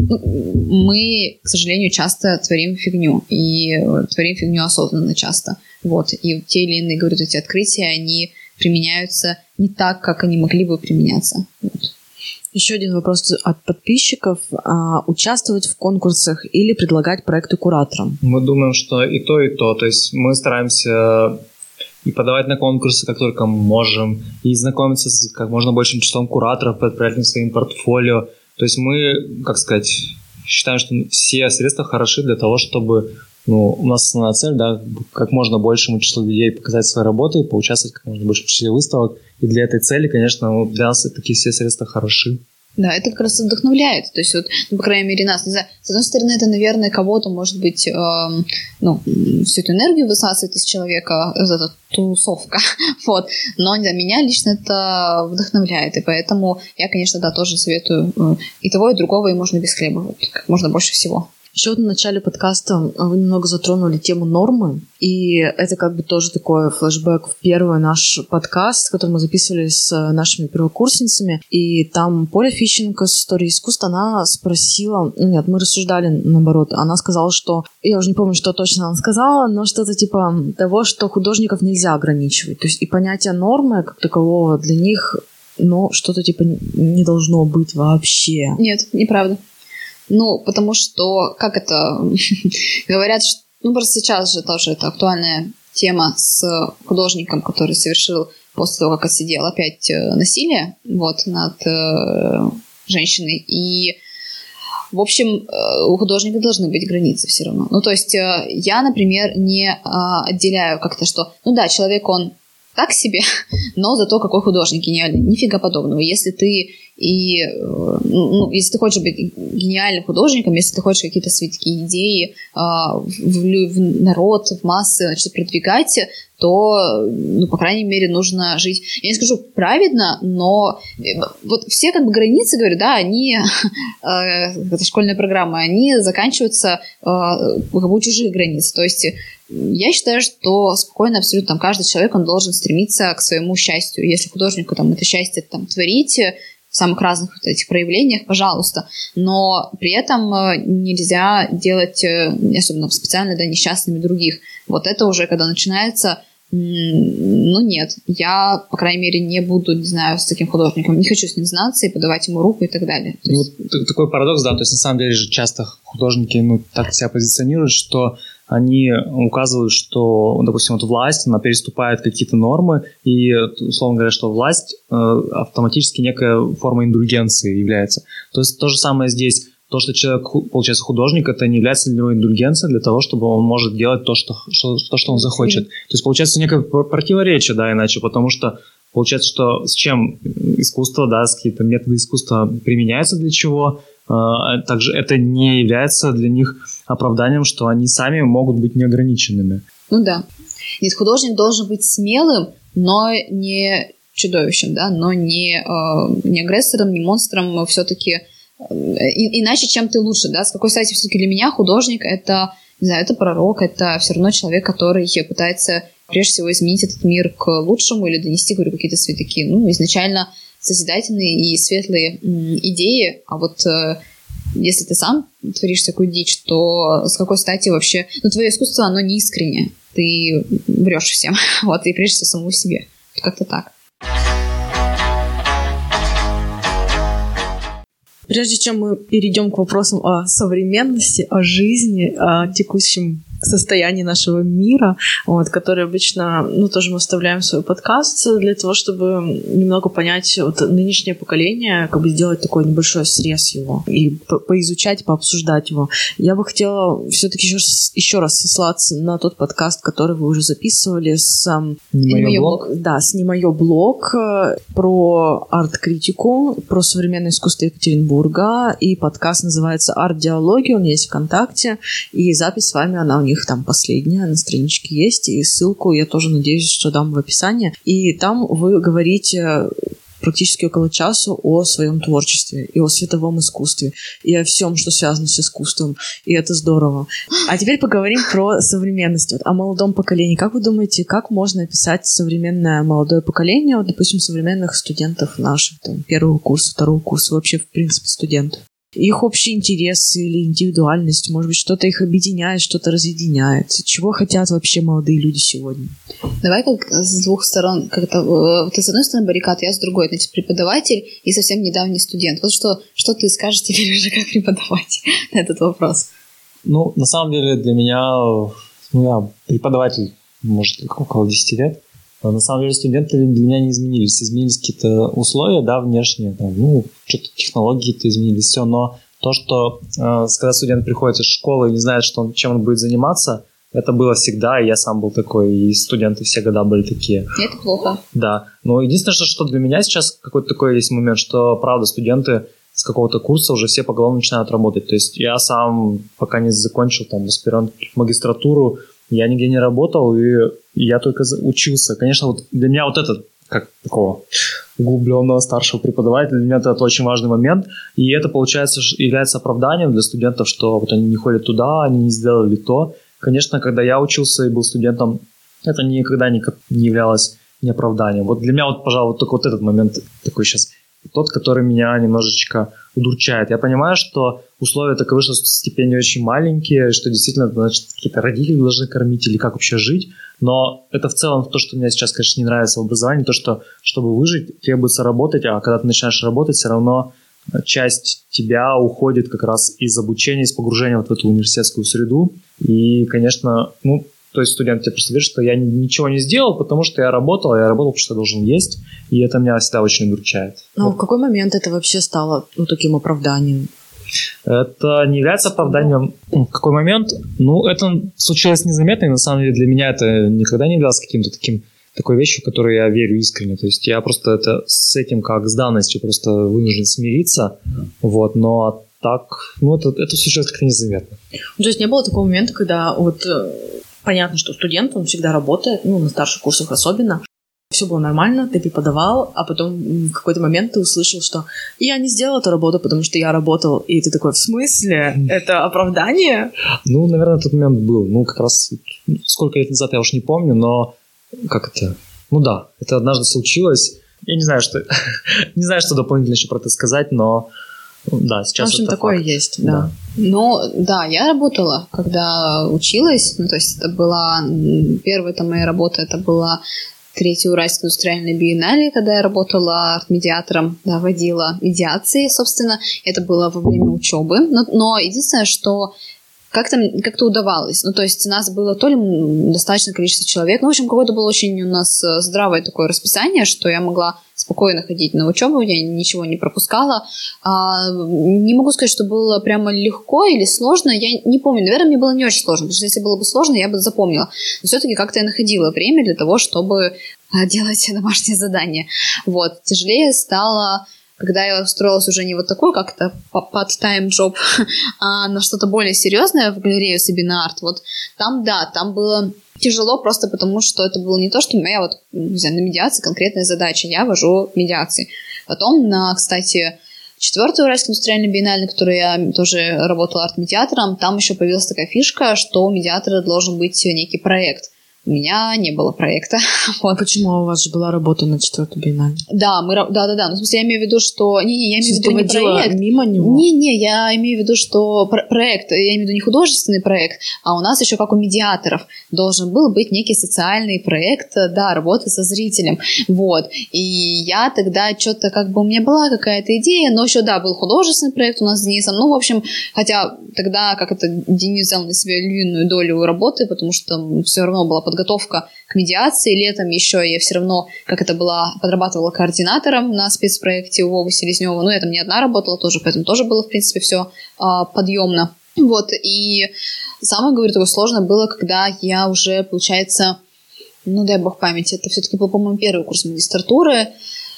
мы, к сожалению, часто творим фигню, и творим фигню осознанно часто. Вот. И те или иные, говорю, эти открытия, они применяются не так, как они могли бы применяться. Вот. Еще один вопрос от подписчиков. А, участвовать в конкурсах или предлагать проекты кураторам? Мы думаем, что и то, и то. То есть мы стараемся и подавать на конкурсы, как только можем, и знакомиться с как можно большим числом кураторов, отправлять им своим портфолио. То есть мы, как сказать, считаем, что все средства хороши для того, чтобы, ну, у нас основная цель, да, как можно большему числу людей показать свои работы, поучаствовать в как можно большем числе выставок. И для этой цели, конечно, для нас такие все средства хороши. Да, это как раз вдохновляет. То есть, вот, ну, по крайней мере, нас, не знаю, с одной стороны, это, наверное, кого-то, может быть, э, ну, всю эту энергию высасывает из человека, эта тусовка, вот. Но, не знаю, меня лично это вдохновляет, и поэтому я, конечно, да, тоже советую э, и того, и другого, и можно без хлеба, вот, как можно больше всего. Еще в начале подкаста вы немного затронули тему нормы, и это как бы тоже такой флешбэк в первый наш подкаст, который мы записывали с нашими первокурсницами, и там Поля Фищенко с истории искусств, она спросила, нет, мы рассуждали наоборот, она сказала, что, я уже не помню, что точно она сказала, но что-то типа того, что художников нельзя ограничивать, то есть и понятие нормы как такового для них, ну, что-то типа не должно быть вообще. Нет, неправда. Ну, потому что, как это, говорят, что, ну, просто сейчас же тоже это актуальная тема с художником, который совершил после того, как отсидел опять насилие, вот, над э, женщиной. И, в общем, у художника должны быть границы все равно. Ну, то есть я, например, не э, отделяю как-то, что, ну да, человек, он так себе, но зато какой художник гениальный. Нифига подобного. Если ты и, ну, если ты хочешь быть гениальным художником, если ты хочешь какие-то свои такие идеи а, в, в народ, в массы, значит, продвигать, то, ну, по крайней мере, нужно жить, я не скажу праведно, но вот все как бы границы, говорю, да, они, э, это школьная программа, они заканчиваются э, как бы у чужих границ. То есть я считаю, что спокойно абсолютно там, каждый человек, он должен стремиться к своему счастью. Если художнику там, это счастье там, творить в самых разных вот этих проявлениях, пожалуйста. Но при этом нельзя делать, особенно специально, да, несчастными других. Вот это уже, когда начинается, ну нет, я, по крайней мере, не буду, не знаю, с таким художником, не хочу с ним знаться и подавать ему руку и так далее. То есть... Ну, такой парадокс, да, то есть на самом деле же часто художники, ну, так себя позиционируют, что они указывают, что, допустим, вот власть, она переступает какие-то нормы, и, условно говоря, что власть э, автоматически некая форма индульгенции является. То есть то же самое здесь. То, что человек, получается, художник, это не является для него индульгенцией для того, чтобы он может делать то, что, что, то, что он захочет. То есть получается некое противоречие, да, иначе, потому что получается, что с чем искусство, да, с какие-то методы искусства применяются для чего, также это не является для них оправданием, что они сами могут быть неограниченными. Ну да. Нет, художник должен быть смелым, но не чудовищем, да, но не, э, не агрессором, не монстром, все-таки э, и, иначе, чем ты лучше, да, с какой стати все-таки для меня художник это, не знаю, это пророк, это все равно человек, который пытается прежде всего изменить этот мир к лучшему или донести, говорю, какие-то свои такие, ну, изначально созидательные и светлые м, идеи, а вот э, если ты сам творишь такую дичь, то с какой стати вообще... Ну, твое искусство, оно не искреннее. Ты врешь всем, вот, и прежде всего самому себе. Как-то так. Прежде чем мы перейдем к вопросам о современности, о жизни, о текущем состоянии нашего мира, вот, который обычно, ну, тоже мы вставляем в свой подкаст для того, чтобы немного понять вот, нынешнее поколение, как бы сделать такой небольшой срез его и по- поизучать, пообсуждать его. Я бы хотела все-таки еще, еще раз сослаться на тот подкаст, который вы уже записывали с... Не моё блог? Да, с «Не моё блог» про арт-критику, про современное искусство Екатеринбурга, и подкаст называется «Арт-диалоги», он есть ВКонтакте, и запись с вами, она у них там последняя, на страничке есть, и ссылку я тоже надеюсь, что дам в описании. И там вы говорите практически около часа о своем творчестве и о световом искусстве, и о всем, что связано с искусством, и это здорово. А теперь поговорим про современность, вот, о молодом поколении. Как вы думаете, как можно описать современное молодое поколение, вот, допустим, современных студентов наших, там, первого курса, второго курса, вообще, в принципе, студентов? Их общий интерес или индивидуальность, может быть, что-то их объединяет, что-то разъединяет. Чего хотят вообще молодые люди сегодня? Давай как с двух сторон. Как-то, ты с одной стороны баррикад, я с другой. Значит, преподаватель и совсем недавний студент. Вот что, что ты скажешь теперь уже как преподаватель на этот вопрос? Ну, на самом деле для меня, ну, я преподаватель, может, около десять лет. А на самом деле студенты для меня не изменились. Изменились какие-то условия, да, внешние, там, ну, что-то технологии-то изменились, все. Но то, что э, когда студент приходит из школы и не знает, что он, чем он будет заниматься, это было всегда, и я сам был такой, и студенты все года были такие. Это плохо. Да. Но единственное, что, что для меня сейчас какой-то такой есть момент, что, правда, студенты с какого-то курса уже все поголовно начинают работать. То есть я сам, пока не закончил там аспирант магистратуру, я нигде не работал, и я только учился. Конечно, вот для меня вот этот, как такого углубленного старшего преподавателя, для меня это очень важный момент. И это, получается, является оправданием для студентов, что вот они не ходят туда, они не сделали то. Конечно, когда я учился и был студентом, это никогда не являлось неоправданием. Вот для меня, вот, пожалуй, вот только вот этот момент такой сейчас, тот, который меня немножечко удручает. Я понимаю, что условия таковы, что стипендии очень маленькие, что действительно, значит, какие-то родители должны кормить или как вообще жить, но это в целом то, что мне сейчас, конечно, не нравится в образовании, то, что, чтобы выжить, требуется работать, а когда ты начинаешь работать, все равно часть тебя уходит как раз из обучения, из погружения вот в эту университетскую среду, и, конечно, ну, то есть студент тебе просто говорит, что я ничего не сделал, потому что я работал, а я работал, потому что я должен есть, и это меня всегда очень удручает. Ну, вот. В какой момент это вообще стало, ну, таким оправданием? Это не является оправданием. В какой момент? Ну, это случилось незаметно, и на самом деле для меня это никогда не являлось каким-то таким, такой вещью, в которую я верю искренне. То есть я просто это с этим как с данностью просто вынужден смириться, вот, но так, ну, это, это случилось как-то незаметно. Ну, то есть не было такого момента, когда вот... Понятно, что студент, он всегда работает, ну, на старших курсах особенно. Все было нормально, ты преподавал, а потом в какой-то момент ты услышал, что я не сделал эту работу, потому что я работал. И ты такой, в смысле? Это оправдание? Ну, наверное, этот момент был. Ну, как раз сколько лет назад, я уж не помню, но как это? Ну да, это однажды случилось. Я не знаю, что не знаю, что дополнительно еще про это сказать, но да, сейчас в общем, это такое факт. есть, да. да. Ну, да, я работала, когда училась, ну, то есть это была, первая там моя работа, это была Третья Уральская индустриальная биеннале, когда я работала арт-медиатором, да, водила медиации, собственно, это было во время учебы, но, но единственное, что как-то, как-то удавалось. Ну, то есть у нас было то ли достаточное количество человек, ну, в общем, какое-то было очень у нас здравое такое расписание, что я могла спокойно ходить на учебу, я ничего не пропускала. А, не могу сказать, что было прямо легко или сложно, я не помню. Наверное, мне было не очень сложно, потому что если было бы сложно, я бы запомнила. Но все-таки как-то я находила время для того, чтобы делать домашние задания. Вот. Тяжелее стало... Когда я устроилась уже не вот такой, как это part-time job, а на что-то более серьезное в галерею Sabina Art, вот там, да, там было тяжело просто потому, что это было не то, что моя вот, не знаю, на медиации конкретная задача, я вожу медиации. Потом на, кстати, четвёртой Уральской индустриальной биеннале, на которой я тоже работала арт-медиатором, там еще появилась такая фишка, что у медиатора должен быть некий проект. у меня не было проекта. Вот. Почему у вас же была работа на четвертую биеннале? Да, мы, да, да, да. Ну, в смысле, я имею в виду, что... Не, не, я имею в виду не проект. Мимо него? Не, не, я имею в виду, что про- проект, я имею в виду не художественный проект, а у нас еще, как у медиаторов, должен был быть некий социальный проект, да, работы со зрителем. Вот. И я тогда что-то, как бы, у меня была какая-то идея, но еще, да, был художественный проект у нас с Денисом. Ну, в общем, хотя тогда, как это, Денис взял на себя львиную долю работы, потому что все равно была подготовка к медиации летом, еще я все равно, как это была, подрабатывала координатором на спецпроекте у Вовы Селезнева. Ну, я там не одна работала тоже, поэтому тоже было, в принципе, все а, подъемно. Вот, и самое, говорю, такое сложное было, когда я уже, получается, ну, дай бог памяти, это все-таки был, по-моему, первый курс магистратуры,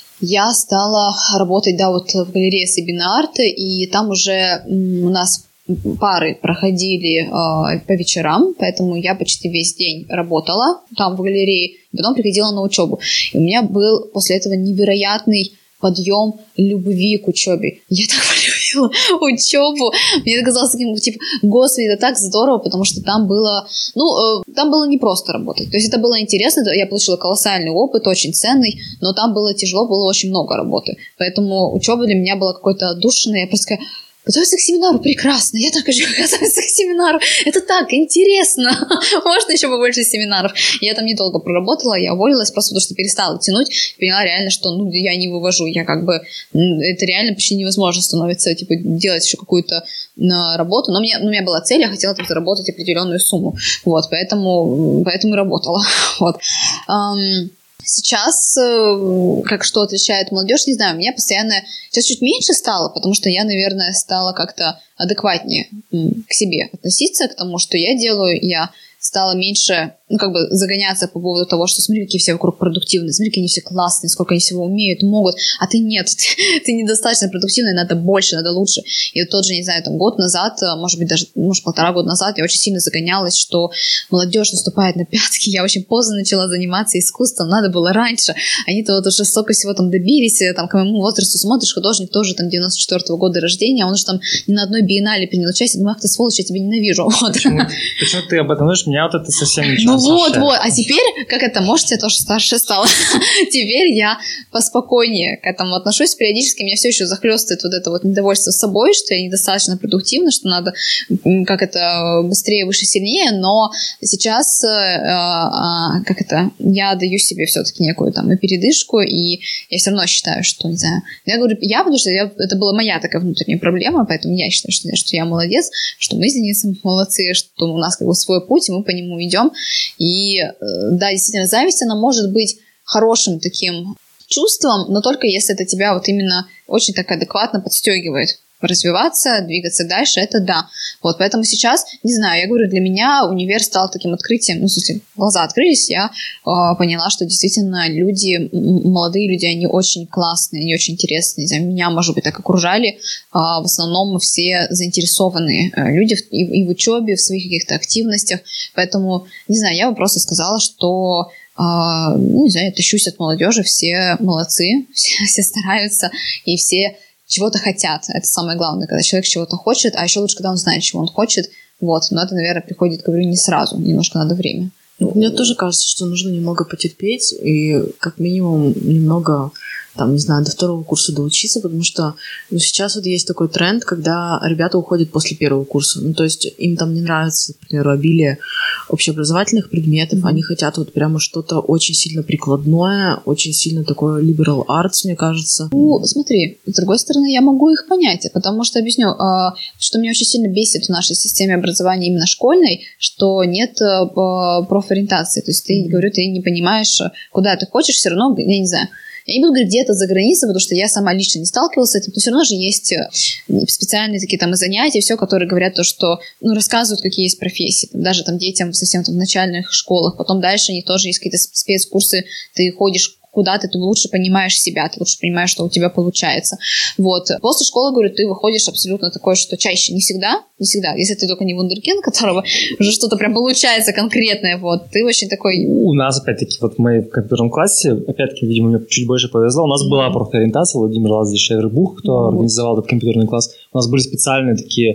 я стала работать, да, вот в галерее Сабина Арта, и там уже у нас пары проходили э, по вечерам, поэтому я почти весь день работала там в галерее, и потом приходила на учебу. И у меня был после этого невероятный подъем любви к учебе. Я так полюбила учебу. Мне это казалось таким, типа, господи, это так здорово, потому что там было, ну, э, там было не просто работать. То есть это было интересно, я получила колоссальный опыт, очень ценный, но там было тяжело, было очень много работы. Поэтому учеба для меня была какой-то отдушиной. Я просто такая, готовиться к семинару прекрасно, я так хочу готовиться к семинару, это так интересно, можно еще побольше семинаров. Я там недолго проработала, я уволилась просто потому, что перестала тянуть, поняла реально, что ну, я не вывожу, я как бы, это реально почти невозможно становится, типа, делать еще какую-то работу, но, мне, но у меня была цель, я хотела там заработать определенную сумму, вот, поэтому, поэтому и работала, вот. Um, Сейчас, как что отличает молодежь, не знаю, меня постоянно... Сейчас чуть меньше стало, потому что я, наверное, стала как-то адекватнее к себе относиться, к тому, что я делаю. Я стала меньше, ну, как бы загоняться по поводу того, что смотри, какие все вокруг продуктивные, смотри, какие они все классные, сколько они всего умеют, могут, а ты нет, ты, ты недостаточно продуктивная, надо больше, надо лучше. И вот тот же, не знаю, там год назад, может быть, даже, может, полтора года назад я очень сильно загонялась, что молодежь наступает на пятки, я очень поздно начала заниматься искусством, надо было раньше, они-то вот уже столько всего там добились, там, к моему возрасту смотришь, художник тоже там девяносто четвёртого года рождения, он уже там ни на одной биеннале принял участие, думаю, ах ты сволочь, я тебя ненавижу. Вот. Почему, почему ты об этом знаешь? Меня вот это совсем ничего ну не вот, вот, а теперь, как это, может, я тоже старше стала, теперь я поспокойнее к этому отношусь, периодически меня все еще захлестывает вот это вот недовольство собой, что я недостаточно продуктивна, что надо, как это, быстрее, выше, сильнее, но сейчас, э, э, как это, я даю себе все-таки некую там и передышку, и я все равно считаю, что, не знаю, я говорю, я, потому что я, это была моя такая внутренняя проблема, поэтому я считаю, что, что я молодец, что мы с Денисом молодцы, что у нас как бы свой путь, и мы по нему идем. И да, действительно, зависть, она может быть хорошим таким чувством, но только если это тебя вот именно очень так адекватно подстегивает развиваться, двигаться дальше, это да. Вот, поэтому сейчас, не знаю, я говорю, для меня универ стал таким открытием, ну, в смысле, глаза открылись, я э, поняла, что действительно люди, молодые люди, они очень классные, они очень интересные, не знаю, меня, может быть, так окружали, э, в основном все заинтересованные э, люди в, и, и в учебе, в своих каких-то активностях, поэтому, не знаю, я бы просто сказала, что Uh, ну, не знаю, я тащусь от молодежи, все молодцы, все, все стараются, и все чего-то хотят. Это самое главное, когда человек чего-то хочет, а еще лучше, когда он знает, чего он хочет. Вот. Но это, наверное, приходит, говорю, не сразу, немножко надо время. Мне тоже кажется, что нужно немного потерпеть и как минимум немного, там, не знаю, до второго курса доучиться, потому что ну, сейчас вот есть такой тренд, когда ребята уходят после первого курса. Ну, то есть им там не нравится, например, обилие общеобразовательных предметов, mm-hmm. они хотят вот прямо что-то очень сильно прикладное, очень сильно такое liberal arts, мне кажется. Ну, смотри, с другой стороны, я могу их понять, потому что, объясню, что меня очень сильно бесит в нашей системе образования именно школьной, что нет профориентации, то есть ты, mm-hmm. говорю, ты не понимаешь, куда ты хочешь, все равно, я не знаю, я не буду говорить где-то за границей, потому что я сама лично не сталкивалась с этим, но все равно же есть специальные такие там занятия, все, которые говорят то, что, ну, рассказывают, какие есть профессии, там, даже там детям совсем там в начальных школах, потом дальше они тоже есть какие-то спецкурсы, ты ходишь куда-то, ты лучше понимаешь себя, ты лучше понимаешь, что у тебя получается. Вот. После школы, говорю, ты выходишь абсолютно такой, что чаще не всегда, не всегда, если ты только не вундеркинд, которого уже что-то прям получается конкретное, вот, ты очень такой... У нас, опять-таки, вот мы в компьютерном классе, опять-таки, видимо, мне чуть больше повезло, у нас mm-hmm. была профориентация, Владимир Лазаревич Эвербух, кто mm-hmm. организовал этот компьютерный класс, у нас были специальные такие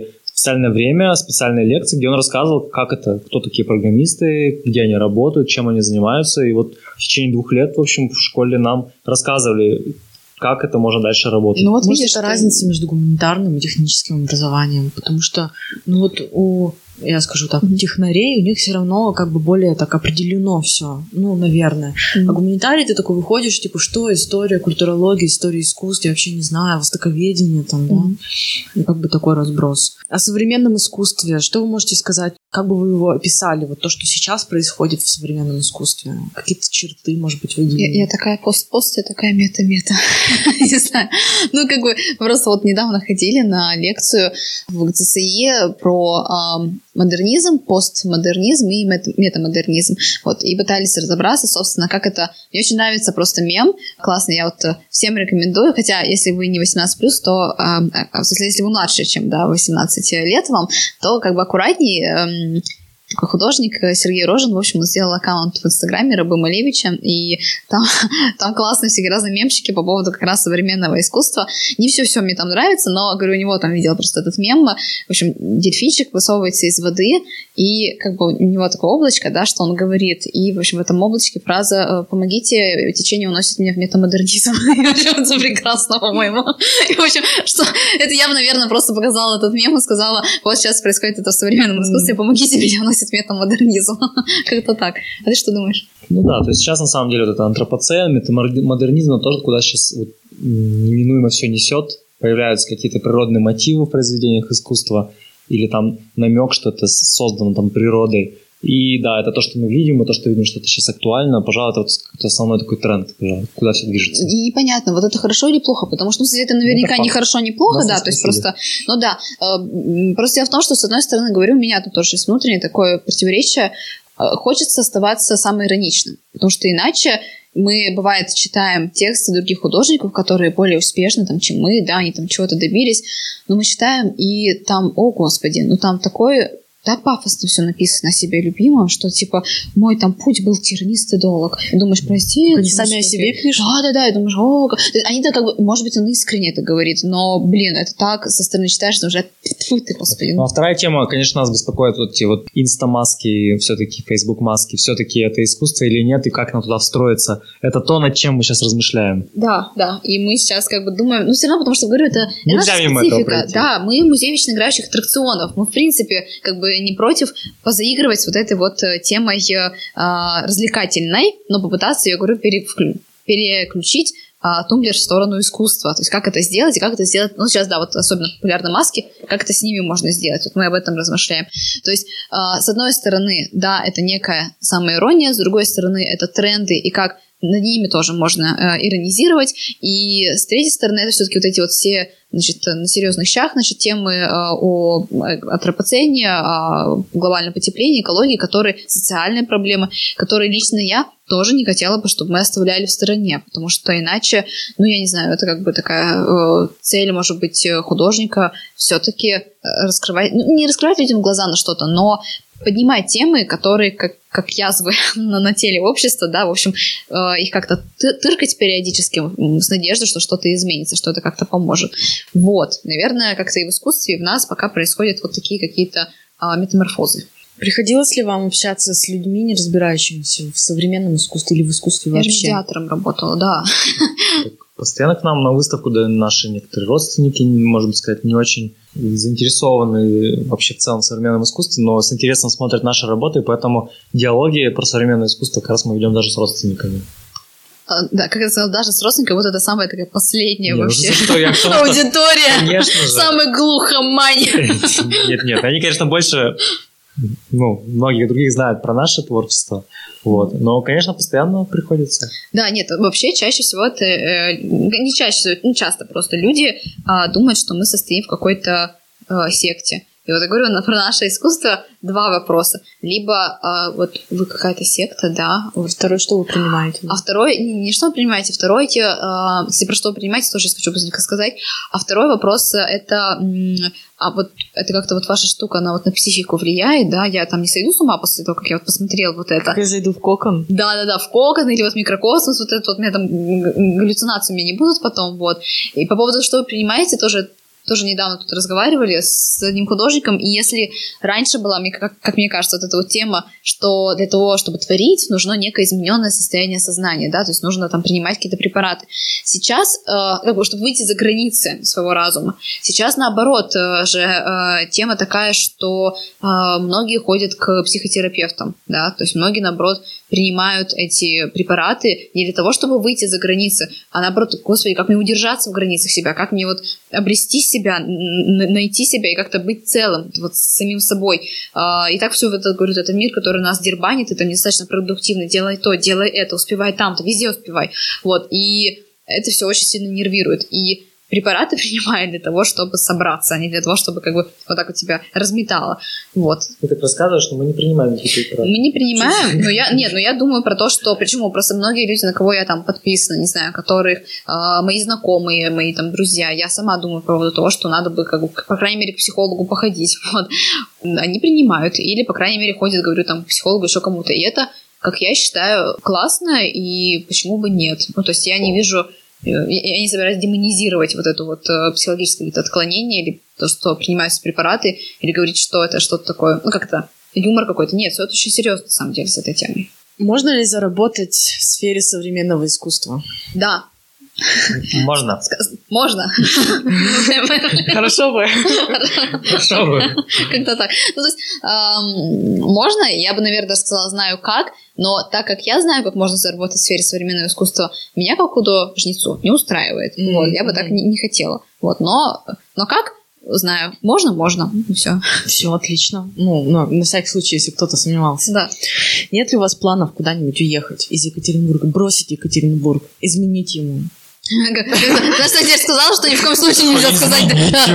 специальное время, специальные лекции, где он рассказывал, как это, кто такие программисты, где они работают, чем они занимаются. И вот в течение двух лет, в общем, в школе нам рассказывали, как это можно дальше работать. Ну вот Может, видишь, это что... разница между гуманитарным и техническим образованием, потому что, ну вот у, я скажу так, mm-hmm. технарей, у них все равно как бы более так определено все, ну, наверное. Mm-hmm. А гуманитарий ты такой выходишь, типа, что история, культурология, история искусств, я вообще не знаю, востоковедение там, да, mm-hmm. ну, как бы такой разброс. О современном искусстве, что вы можете сказать, как бы вы его описали, вот то, что сейчас происходит в современном искусстве, какие-то черты, может быть, выделили? Я, я такая пост-пост, я такая мета-мета, не знаю. Ну, как бы, просто вот недавно ходили на лекцию в ГЦСИ про модернизм, постмодернизм и метамодернизм. Вот, и пытались разобраться, собственно, как это... Мне очень нравится просто мем. Классный, я вот всем рекомендую. Хотя, если вы не восемнадцать плюс, то... Э, в смысле, если вы младше, чем, да, восемнадцать лет вам, то как бы аккуратней... Э, такой художник Сергей Рожин, в общем, он сделал аккаунт в Инстаграме Рабы Малевича, и там, там классные всякие разные мемчики по поводу как раз современного искусства. Не все-все мне там нравится, но, говорю, у него там видела просто этот мем. В общем, дельфинчик высовывается из воды, и как бы у него такое облачко, да, что он говорит. И, в общем, в этом облачке фраза «Помогите, течение уносит меня в метамодернизм». И, в общем, это прекрасно, по-моему. И, в общем, что это я бы, наверное, просто показала этот мем и сказала, вот сейчас происходит это в современном искусстве, помогите, меня уносит метамодернизм. Как-то так. А ты что думаешь? Ну да, то есть сейчас на самом деле вот это антропоцен, метамодернизм, тоже куда сейчас вот неминуемо все несет. Появляются какие-то природные мотивы в произведениях искусства или там намек, что это создано там природой. И да, это то, что мы видим, и то, что видим, что это сейчас актуально. Пожалуй, это вот основной такой тренд, пожалуй, куда все движется. И непонятно, вот это хорошо или плохо, потому что, ну, это наверняка ну, это не хорошо, не плохо, да, то есть просто, ну да, э, просто дело в том, что, с одной стороны, говорю, у меня тут тоже есть внутреннее такое противоречие, э, хочется оставаться самоироничным, потому что иначе мы, бывает, читаем тексты других художников, которые более успешны, там, чем мы, да, они там чего-то добились, но мы читаем, и там, о, господи, ну там такой... Так пафосно все написано о себе любимом, что, типа, мой там путь был тернистый долг. И думаешь, прости... Они сами о себе пишут? Да-да-да, и думаешь, о... Они-то как бы, может быть, он искренне это говорит, но, блин, это так со стороны читаешь, что уже... Фу ты, господи. Ну, а вторая тема, конечно, нас беспокоит вот эти вот инстамаски, все-таки фейсбук-маски, все-таки это искусство или нет, и как нам туда встроиться. Это то, над чем мы сейчас размышляем. Да, да, и мы сейчас как бы думаем, ну, все равно, потому что, говорю, это, это наша специфика. Да, мы музей вечно играющих аттракционов. Мы, в принципе, как бы не против позаигрывать с вот этой вот темой э, развлекательной, но попытаться ее, говорю, переклю- переключить э, тумблер в сторону искусства. То есть как это сделать и как это сделать, ну сейчас, да, вот особенно популярны маски, как это с ними можно сделать. Вот мы об этом размышляем. То есть э, с одной стороны, да, это некая самоирония, с другой стороны, это тренды и как над ними тоже можно э, иронизировать. И с третьей стороны, это все-таки вот эти вот все, значит, на серьезных щах, значит, темы э, о антропоцене, о глобальном потеплении, экологии, которые социальные проблемы, которые лично я тоже не хотела бы, чтобы мы оставляли в стороне, потому что иначе, ну, я не знаю, это как бы такая э, цель, может быть, художника все-таки раскрывать, ну, не раскрывать людям глаза на что-то, но поднимать темы, которые как, как язвы на, на теле общества, да, в общем, э, их как-то ты, тыркать периодически с надеждой, что что-то изменится, что это как-то поможет. Вот, наверное, как-то и в искусстве, и в нас пока происходят вот такие какие-то э, метаморфозы. Приходилось ли вам общаться с людьми, не разбирающимися в современном искусстве или в искусстве вообще? Я же медиатором работала, да. Постоянно к нам на выставку, да, наши некоторые родственники, можно сказать, не очень заинтересованы вообще в целом в современном искусстве, но с интересом смотрят наши работы, и поэтому диалоги про современное искусство как раз мы ведем даже с родственниками. А, да, как я сказала, даже с родственниками, вот это самая такая последняя нет, вообще что, я, что, аудитория. Конечно же. Самая глухомань. Нет, нет, они, конечно, больше... Ну, многие других знают про наше творчество, вот. Но, конечно, постоянно приходится. Да, нет, вообще чаще всего это, э, не чаще всего, ну, часто просто люди э, думают, что мы состоим в какой-то э, секте. И вот я говорю, на, про наше искусство два вопроса. Либо э, вот вы какая-то секта, да. Второй, что вы принимаете? А второй, не, не что вы принимаете, второй, те, э, если про что вы принимаете, тоже сейчас хочу быстренько сказать. А второй вопрос, это, а вот это как-то вот ваша штука, она вот на психику влияет, да, я там не сойду с ума после того, как я вот посмотрела вот это. Как я зайду в кокон? Да-да-да, в кокон или вот микрокосмос, вот это вот, у меня там галлюцинации у меня не будут потом, вот. И по поводу, что вы принимаете, тоже тоже недавно тут разговаривали с одним художником, и если раньше была, как, как мне кажется, вот эта вот тема, что для того, чтобы творить, нужно некое измененное состояние сознания, да, то есть нужно там принимать какие-то препараты. Сейчас, э, как бы, чтобы выйти за границы своего разума, сейчас наоборот э, же э, тема такая, что э, многие ходят к психотерапевтам, да, то есть многие, наоборот, принимают эти препараты не для того, чтобы выйти за границы, а наоборот, господи, как мне удержаться в границах себя, как мне вот обрести себя, найти себя и как-то быть целым, вот с самим собой. И так все, это, говорю, это мир, который нас дербанит, это недостаточно продуктивно, делай то, делай это, успевай там-то, везде успевай. Вот, и это все очень сильно нервирует. И препараты принимают для того, чтобы собраться, а не для того, чтобы как бы вот так вот тебя разметало. Вот. Ты так рассказываешь, что мы не принимаем никакие препараты. Мы не принимаем, но я, нет, но я думаю про то, что, почему, просто многие люди, на кого я там подписана, не знаю, которых, э, мои знакомые, мои там друзья, я сама думаю по поводу того, что надо бы, как бы, по крайней мере, к психологу походить, вот. Они принимают, или, по крайней мере, ходят, говорю, там, к психологу, еще кому-то, и это, как я считаю, классно, и почему бы нет. Ну, то есть я не вижу... Я не собираюсь демонизировать вот это вот психологическое отклонение или то, что принимаются препараты, или говорить, что это что-то такое, ну, как-то юмор какой-то. Нет, все это очень серьезно, на самом деле, с этой темой. Можно ли заработать в сфере современного искусства? Да. Можно. Можно. Хорошо бы. Хорошо бы. Как-то так. Ну, то есть, можно, я бы, наверное, сказала, знаю как, но так как я знаю, как можно заработать в сфере современного искусства, меня как художницу не устраивает. Mm-hmm. Вот, я бы так не, не хотела. Вот, но, но как? Знаю. Можно? Можно. Все. Все отлично. Ну, но, на всякий случай, если кто-то сомневался. Да. Нет ли у вас планов куда-нибудь уехать из Екатеринбурга, бросить Екатеринбург, изменить ему? Знаешь, что я тебе сказала, что ни в коем случае нельзя сказать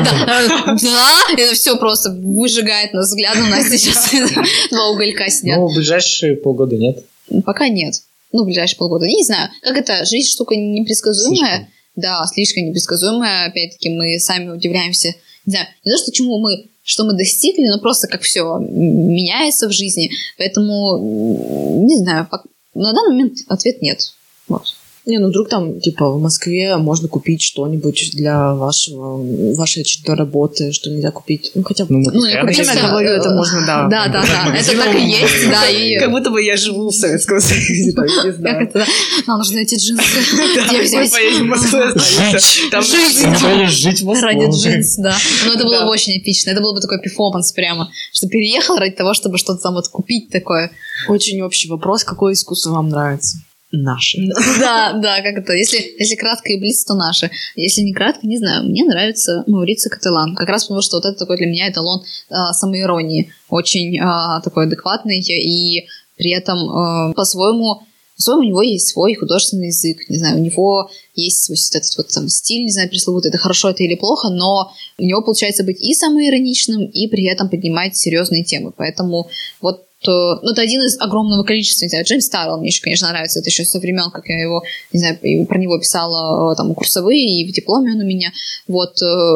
«да». Это все просто выжигает нас взглядом. У нас сейчас два уголька сидят. Ну, в ближайшие полгода нет. Пока нет. Ну, в ближайшие полгода. Я не знаю, как это, жизнь штука непредсказуемая. Да, слишком непредсказуемая. Опять-таки, мы сами удивляемся. Не знаю, не то, что чему мы, что мы достигли, но просто как все меняется в жизни. Поэтому, не знаю, на данный момент ответ нет. Вот. Не, ну вдруг там, типа, в Москве можно купить что-нибудь для вашего, вашей очередной работы, что нельзя купить. Ну, хотя бы... Ну, ну я купить, я говорю, это можно, да. Да, да, да, это так и есть, да. И... Как будто бы я живу в Советском Союзе, не знаю. Нам нужны эти джинсы. Где взять? Поедем в Москву, там жить. Жить в Москву. Ради джинс, да. Но это было бы очень эпично. Это был бы такой перформанс прямо, что переехал ради того, чтобы что-то там вот купить такое. Очень общий вопрос. Какое искусство вам нравится? Наши. Да, да, как это. Если, если кратко и близ, то наши. Если не кратко, не знаю. Мне нравится Маурицио Кателан. Как раз потому, что вот это такой для меня эталон а, самоиронии. Очень а, такой адекватный и при этом а, по-своему, по-своему у него есть свой художественный язык. Не знаю, у него есть свой этот вот там стиль, не знаю, пресловутый, это хорошо это или плохо, но у него получается быть и самоироничным, и при этом поднимать серьезные темы. Поэтому вот то, ну, это один из огромного количества, не знаю, Джеймс Старрелл мне еще, конечно, нравится, это еще со времен, как я его, не знаю, про него писала там курсовые, и в дипломе он у меня, вот,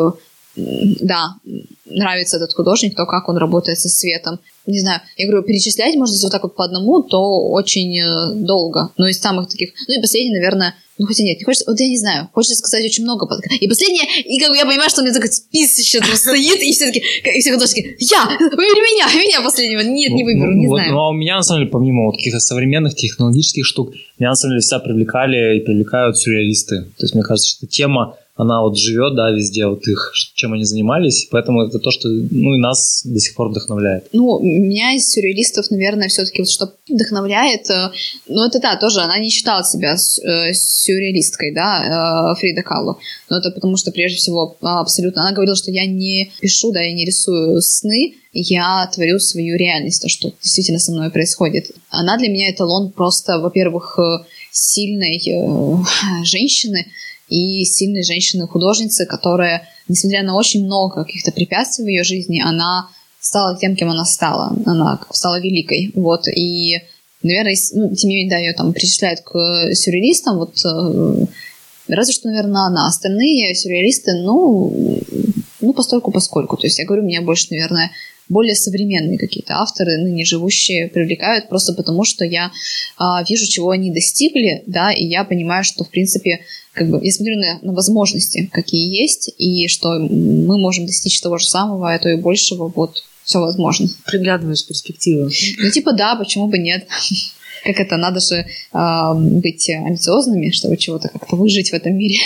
да, нравится этот художник, то, как он работает со светом. Не знаю, я говорю, перечислять можно, если вот так вот по одному, то очень долго, но из самых таких, ну, и последний, наверное, ну, хотя нет, не хочется, вот я не знаю, хочется сказать очень много. И последнее, и как бы я понимаю, что у меня такой спис еще там стоит, и все таки, и все художники, я, выбери меня, меня последнего. Нет, не выберу, не вот, знаю. Ну, а у меня, на самом деле, помимо вот каких-то современных технологических штук, меня, на самом деле, всегда привлекали и привлекают сюрреалисты. То есть, мне кажется, что тема, она вот живет, да, везде, вот их, чем они занимались, поэтому это то, что, ну, и нас до сих пор вдохновляет. Ну, меня из сюрреалистов, наверное, все-таки вот что вдохновляет, ну, это да, тоже, она не считала себя сюрреалисткой, да, Фрида Калло, но это потому что, прежде всего, абсолютно, она говорила, что я не пишу, да, я не рисую сны, я творю свою реальность, то, что действительно со мной происходит. Она для меня эталон просто, во-первых, сильной женщины, и сильной женщины-художницы, которая, несмотря на очень много каких-то препятствий в ее жизни, она стала тем, кем она стала. Она стала великой. Вот. И, наверное, ну, тем не менее, да, ее там причисляют к сюрреалистам. Вот, разве что, наверное, она. Остальные сюрреалисты, ну, ну, постольку поскольку. То есть я говорю, меня больше, наверное, более современные какие-то авторы, ныне живущие, привлекают просто потому, что я а, вижу, чего они достигли, да, и я понимаю, что, в принципе, как бы я смотрю на, на возможности, какие есть, и что мы можем достичь того же самого, а то и большего, вот, все возможно. Приглядываешь перспективы. Ну, типа, да, почему бы нет? Как это, надо же э, быть амбициозными, чтобы чего-то как-то выжить в этом мире.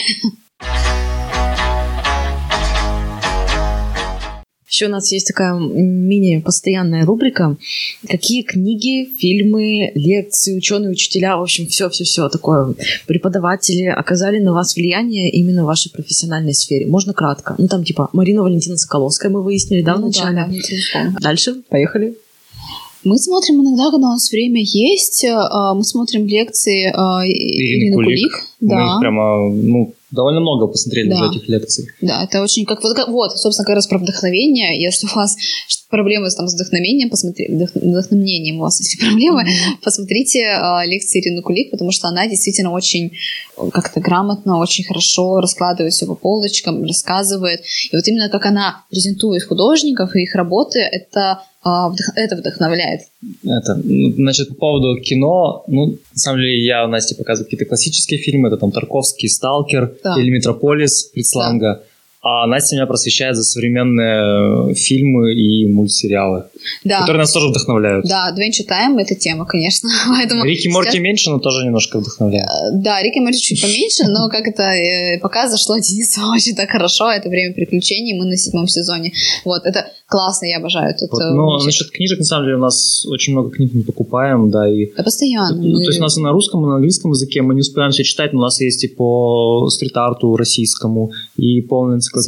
Еще у нас есть такая мини-постоянная рубрика. Какие книги, фильмы, лекции, ученые, учителя, в общем, все-все-все такое, преподаватели оказали на вас влияние именно в вашей профессиональной сфере? Можно кратко. Ну, там, типа, Марина Валентина Соколовская мы выяснили, да, ну, вначале? Да, да, дальше, поехали. Мы смотрим иногда, когда у нас время есть, мы смотрим лекции Ирины Кулик. Да. Мы прямо, ну, довольно много посмотрели да. уже этих лекций. Да, это очень как вот, вот, собственно, как раз про вдохновение. Если у вас проблемы там, с вдохновением, посмотрите, вдохновением у вас, если проблемы, mm-hmm. посмотрите э, лекции Ирины Кулик, потому что она действительно очень как-то грамотно, очень хорошо раскладывает все по полочкам, рассказывает. И вот именно как она презентует художников и их работы, это это вдохновляет. Это, значит, по поводу кино, ну, на самом деле, я Насте показываю какие-то классические фильмы, это там Тарковский, «Сталкер» да. или «Метрополис» Фридсланга. Да. А Настя меня просвещает за современные фильмы и мультсериалы, да. которые нас тоже вдохновляют. Да, Adventure Time — это тема, конечно. Поэтому Рик и Морти сейчас... меньше, но тоже немножко вдохновляет. Да, Рик и Морти чуть поменьше, но как это пока зашло Денису очень так хорошо. Это «Время приключений», мы на седьмом сезоне. Вот, это классно, я обожаю. Тут, вот, ну, насчет книжек, на самом деле, у нас очень много книг мы покупаем, да, и... Да, постоянно. Ну, мы... То есть у нас и на русском, и на английском языке мы не успеваем все читать, но у нас есть и по стрит-арту российскому, и полная энциклопедия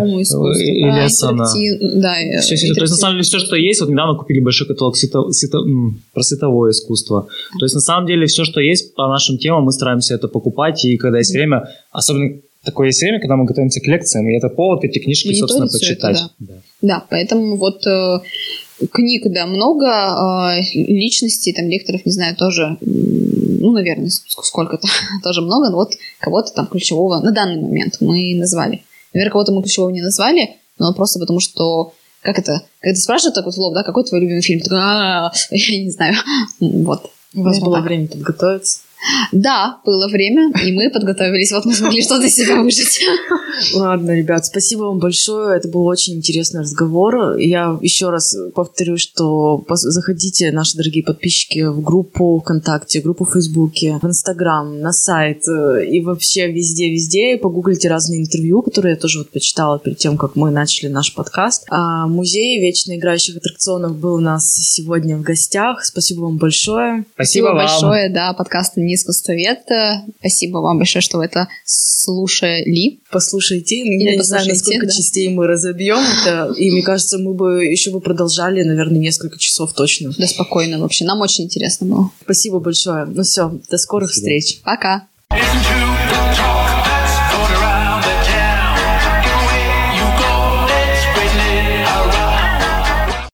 Элиасона. Да, все, все, то есть, на самом деле, все, что есть, вот недавно купили большой каталог свето, свето, про световое искусство. Да. То есть, на самом деле, все, что есть по нашим темам, мы стараемся это покупать, и когда есть да. время, особенно такое есть время, когда мы готовимся к лекциям, и это повод эти книжки, собственно, почитать. Это, да. Да. да, поэтому вот э, книг, да, много, э, личностей, там, лекторов, не знаю, тоже, ну, наверное, сколько-то, тоже много, но вот кого-то там ключевого на данный момент мы назвали. Наверное, кого-то мы ключевого не назвали, но просто потому что, как это, когда спрашивают так вот в лоб, да, какой твой любимый фильм, ты такой, я не знаю, вот. У вас было время подготовиться? Да, было время, и мы подготовились, вот мы смогли что-то из себя выжить. Ладно, ребят, спасибо вам большое, это был очень интересный разговор. Я еще раз повторю, что заходите, наши дорогие подписчики, в группу ВКонтакте, группу в Фейсбуке, в Инстаграм, на сайт и вообще везде-везде. Погуглите разные интервью, которые я тоже вот почитала перед тем, как мы начали наш подкаст. А музей вечно играющих аттракционов был у нас сегодня в гостях. Спасибо вам большое. Спасибо, Спасибо большое, да, подкаст «Не искусствовед». Спасибо вам большое, что вы это слушали. Послушайте. Или я не знаю, насколько да. частей мы разобьем это. И мне кажется, мы бы еще бы продолжали, наверное, несколько часов точно. Да, спокойно вообще. Нам очень интересно было. Спасибо большое. Ну все, до скорых Спасибо. встреч. Пока.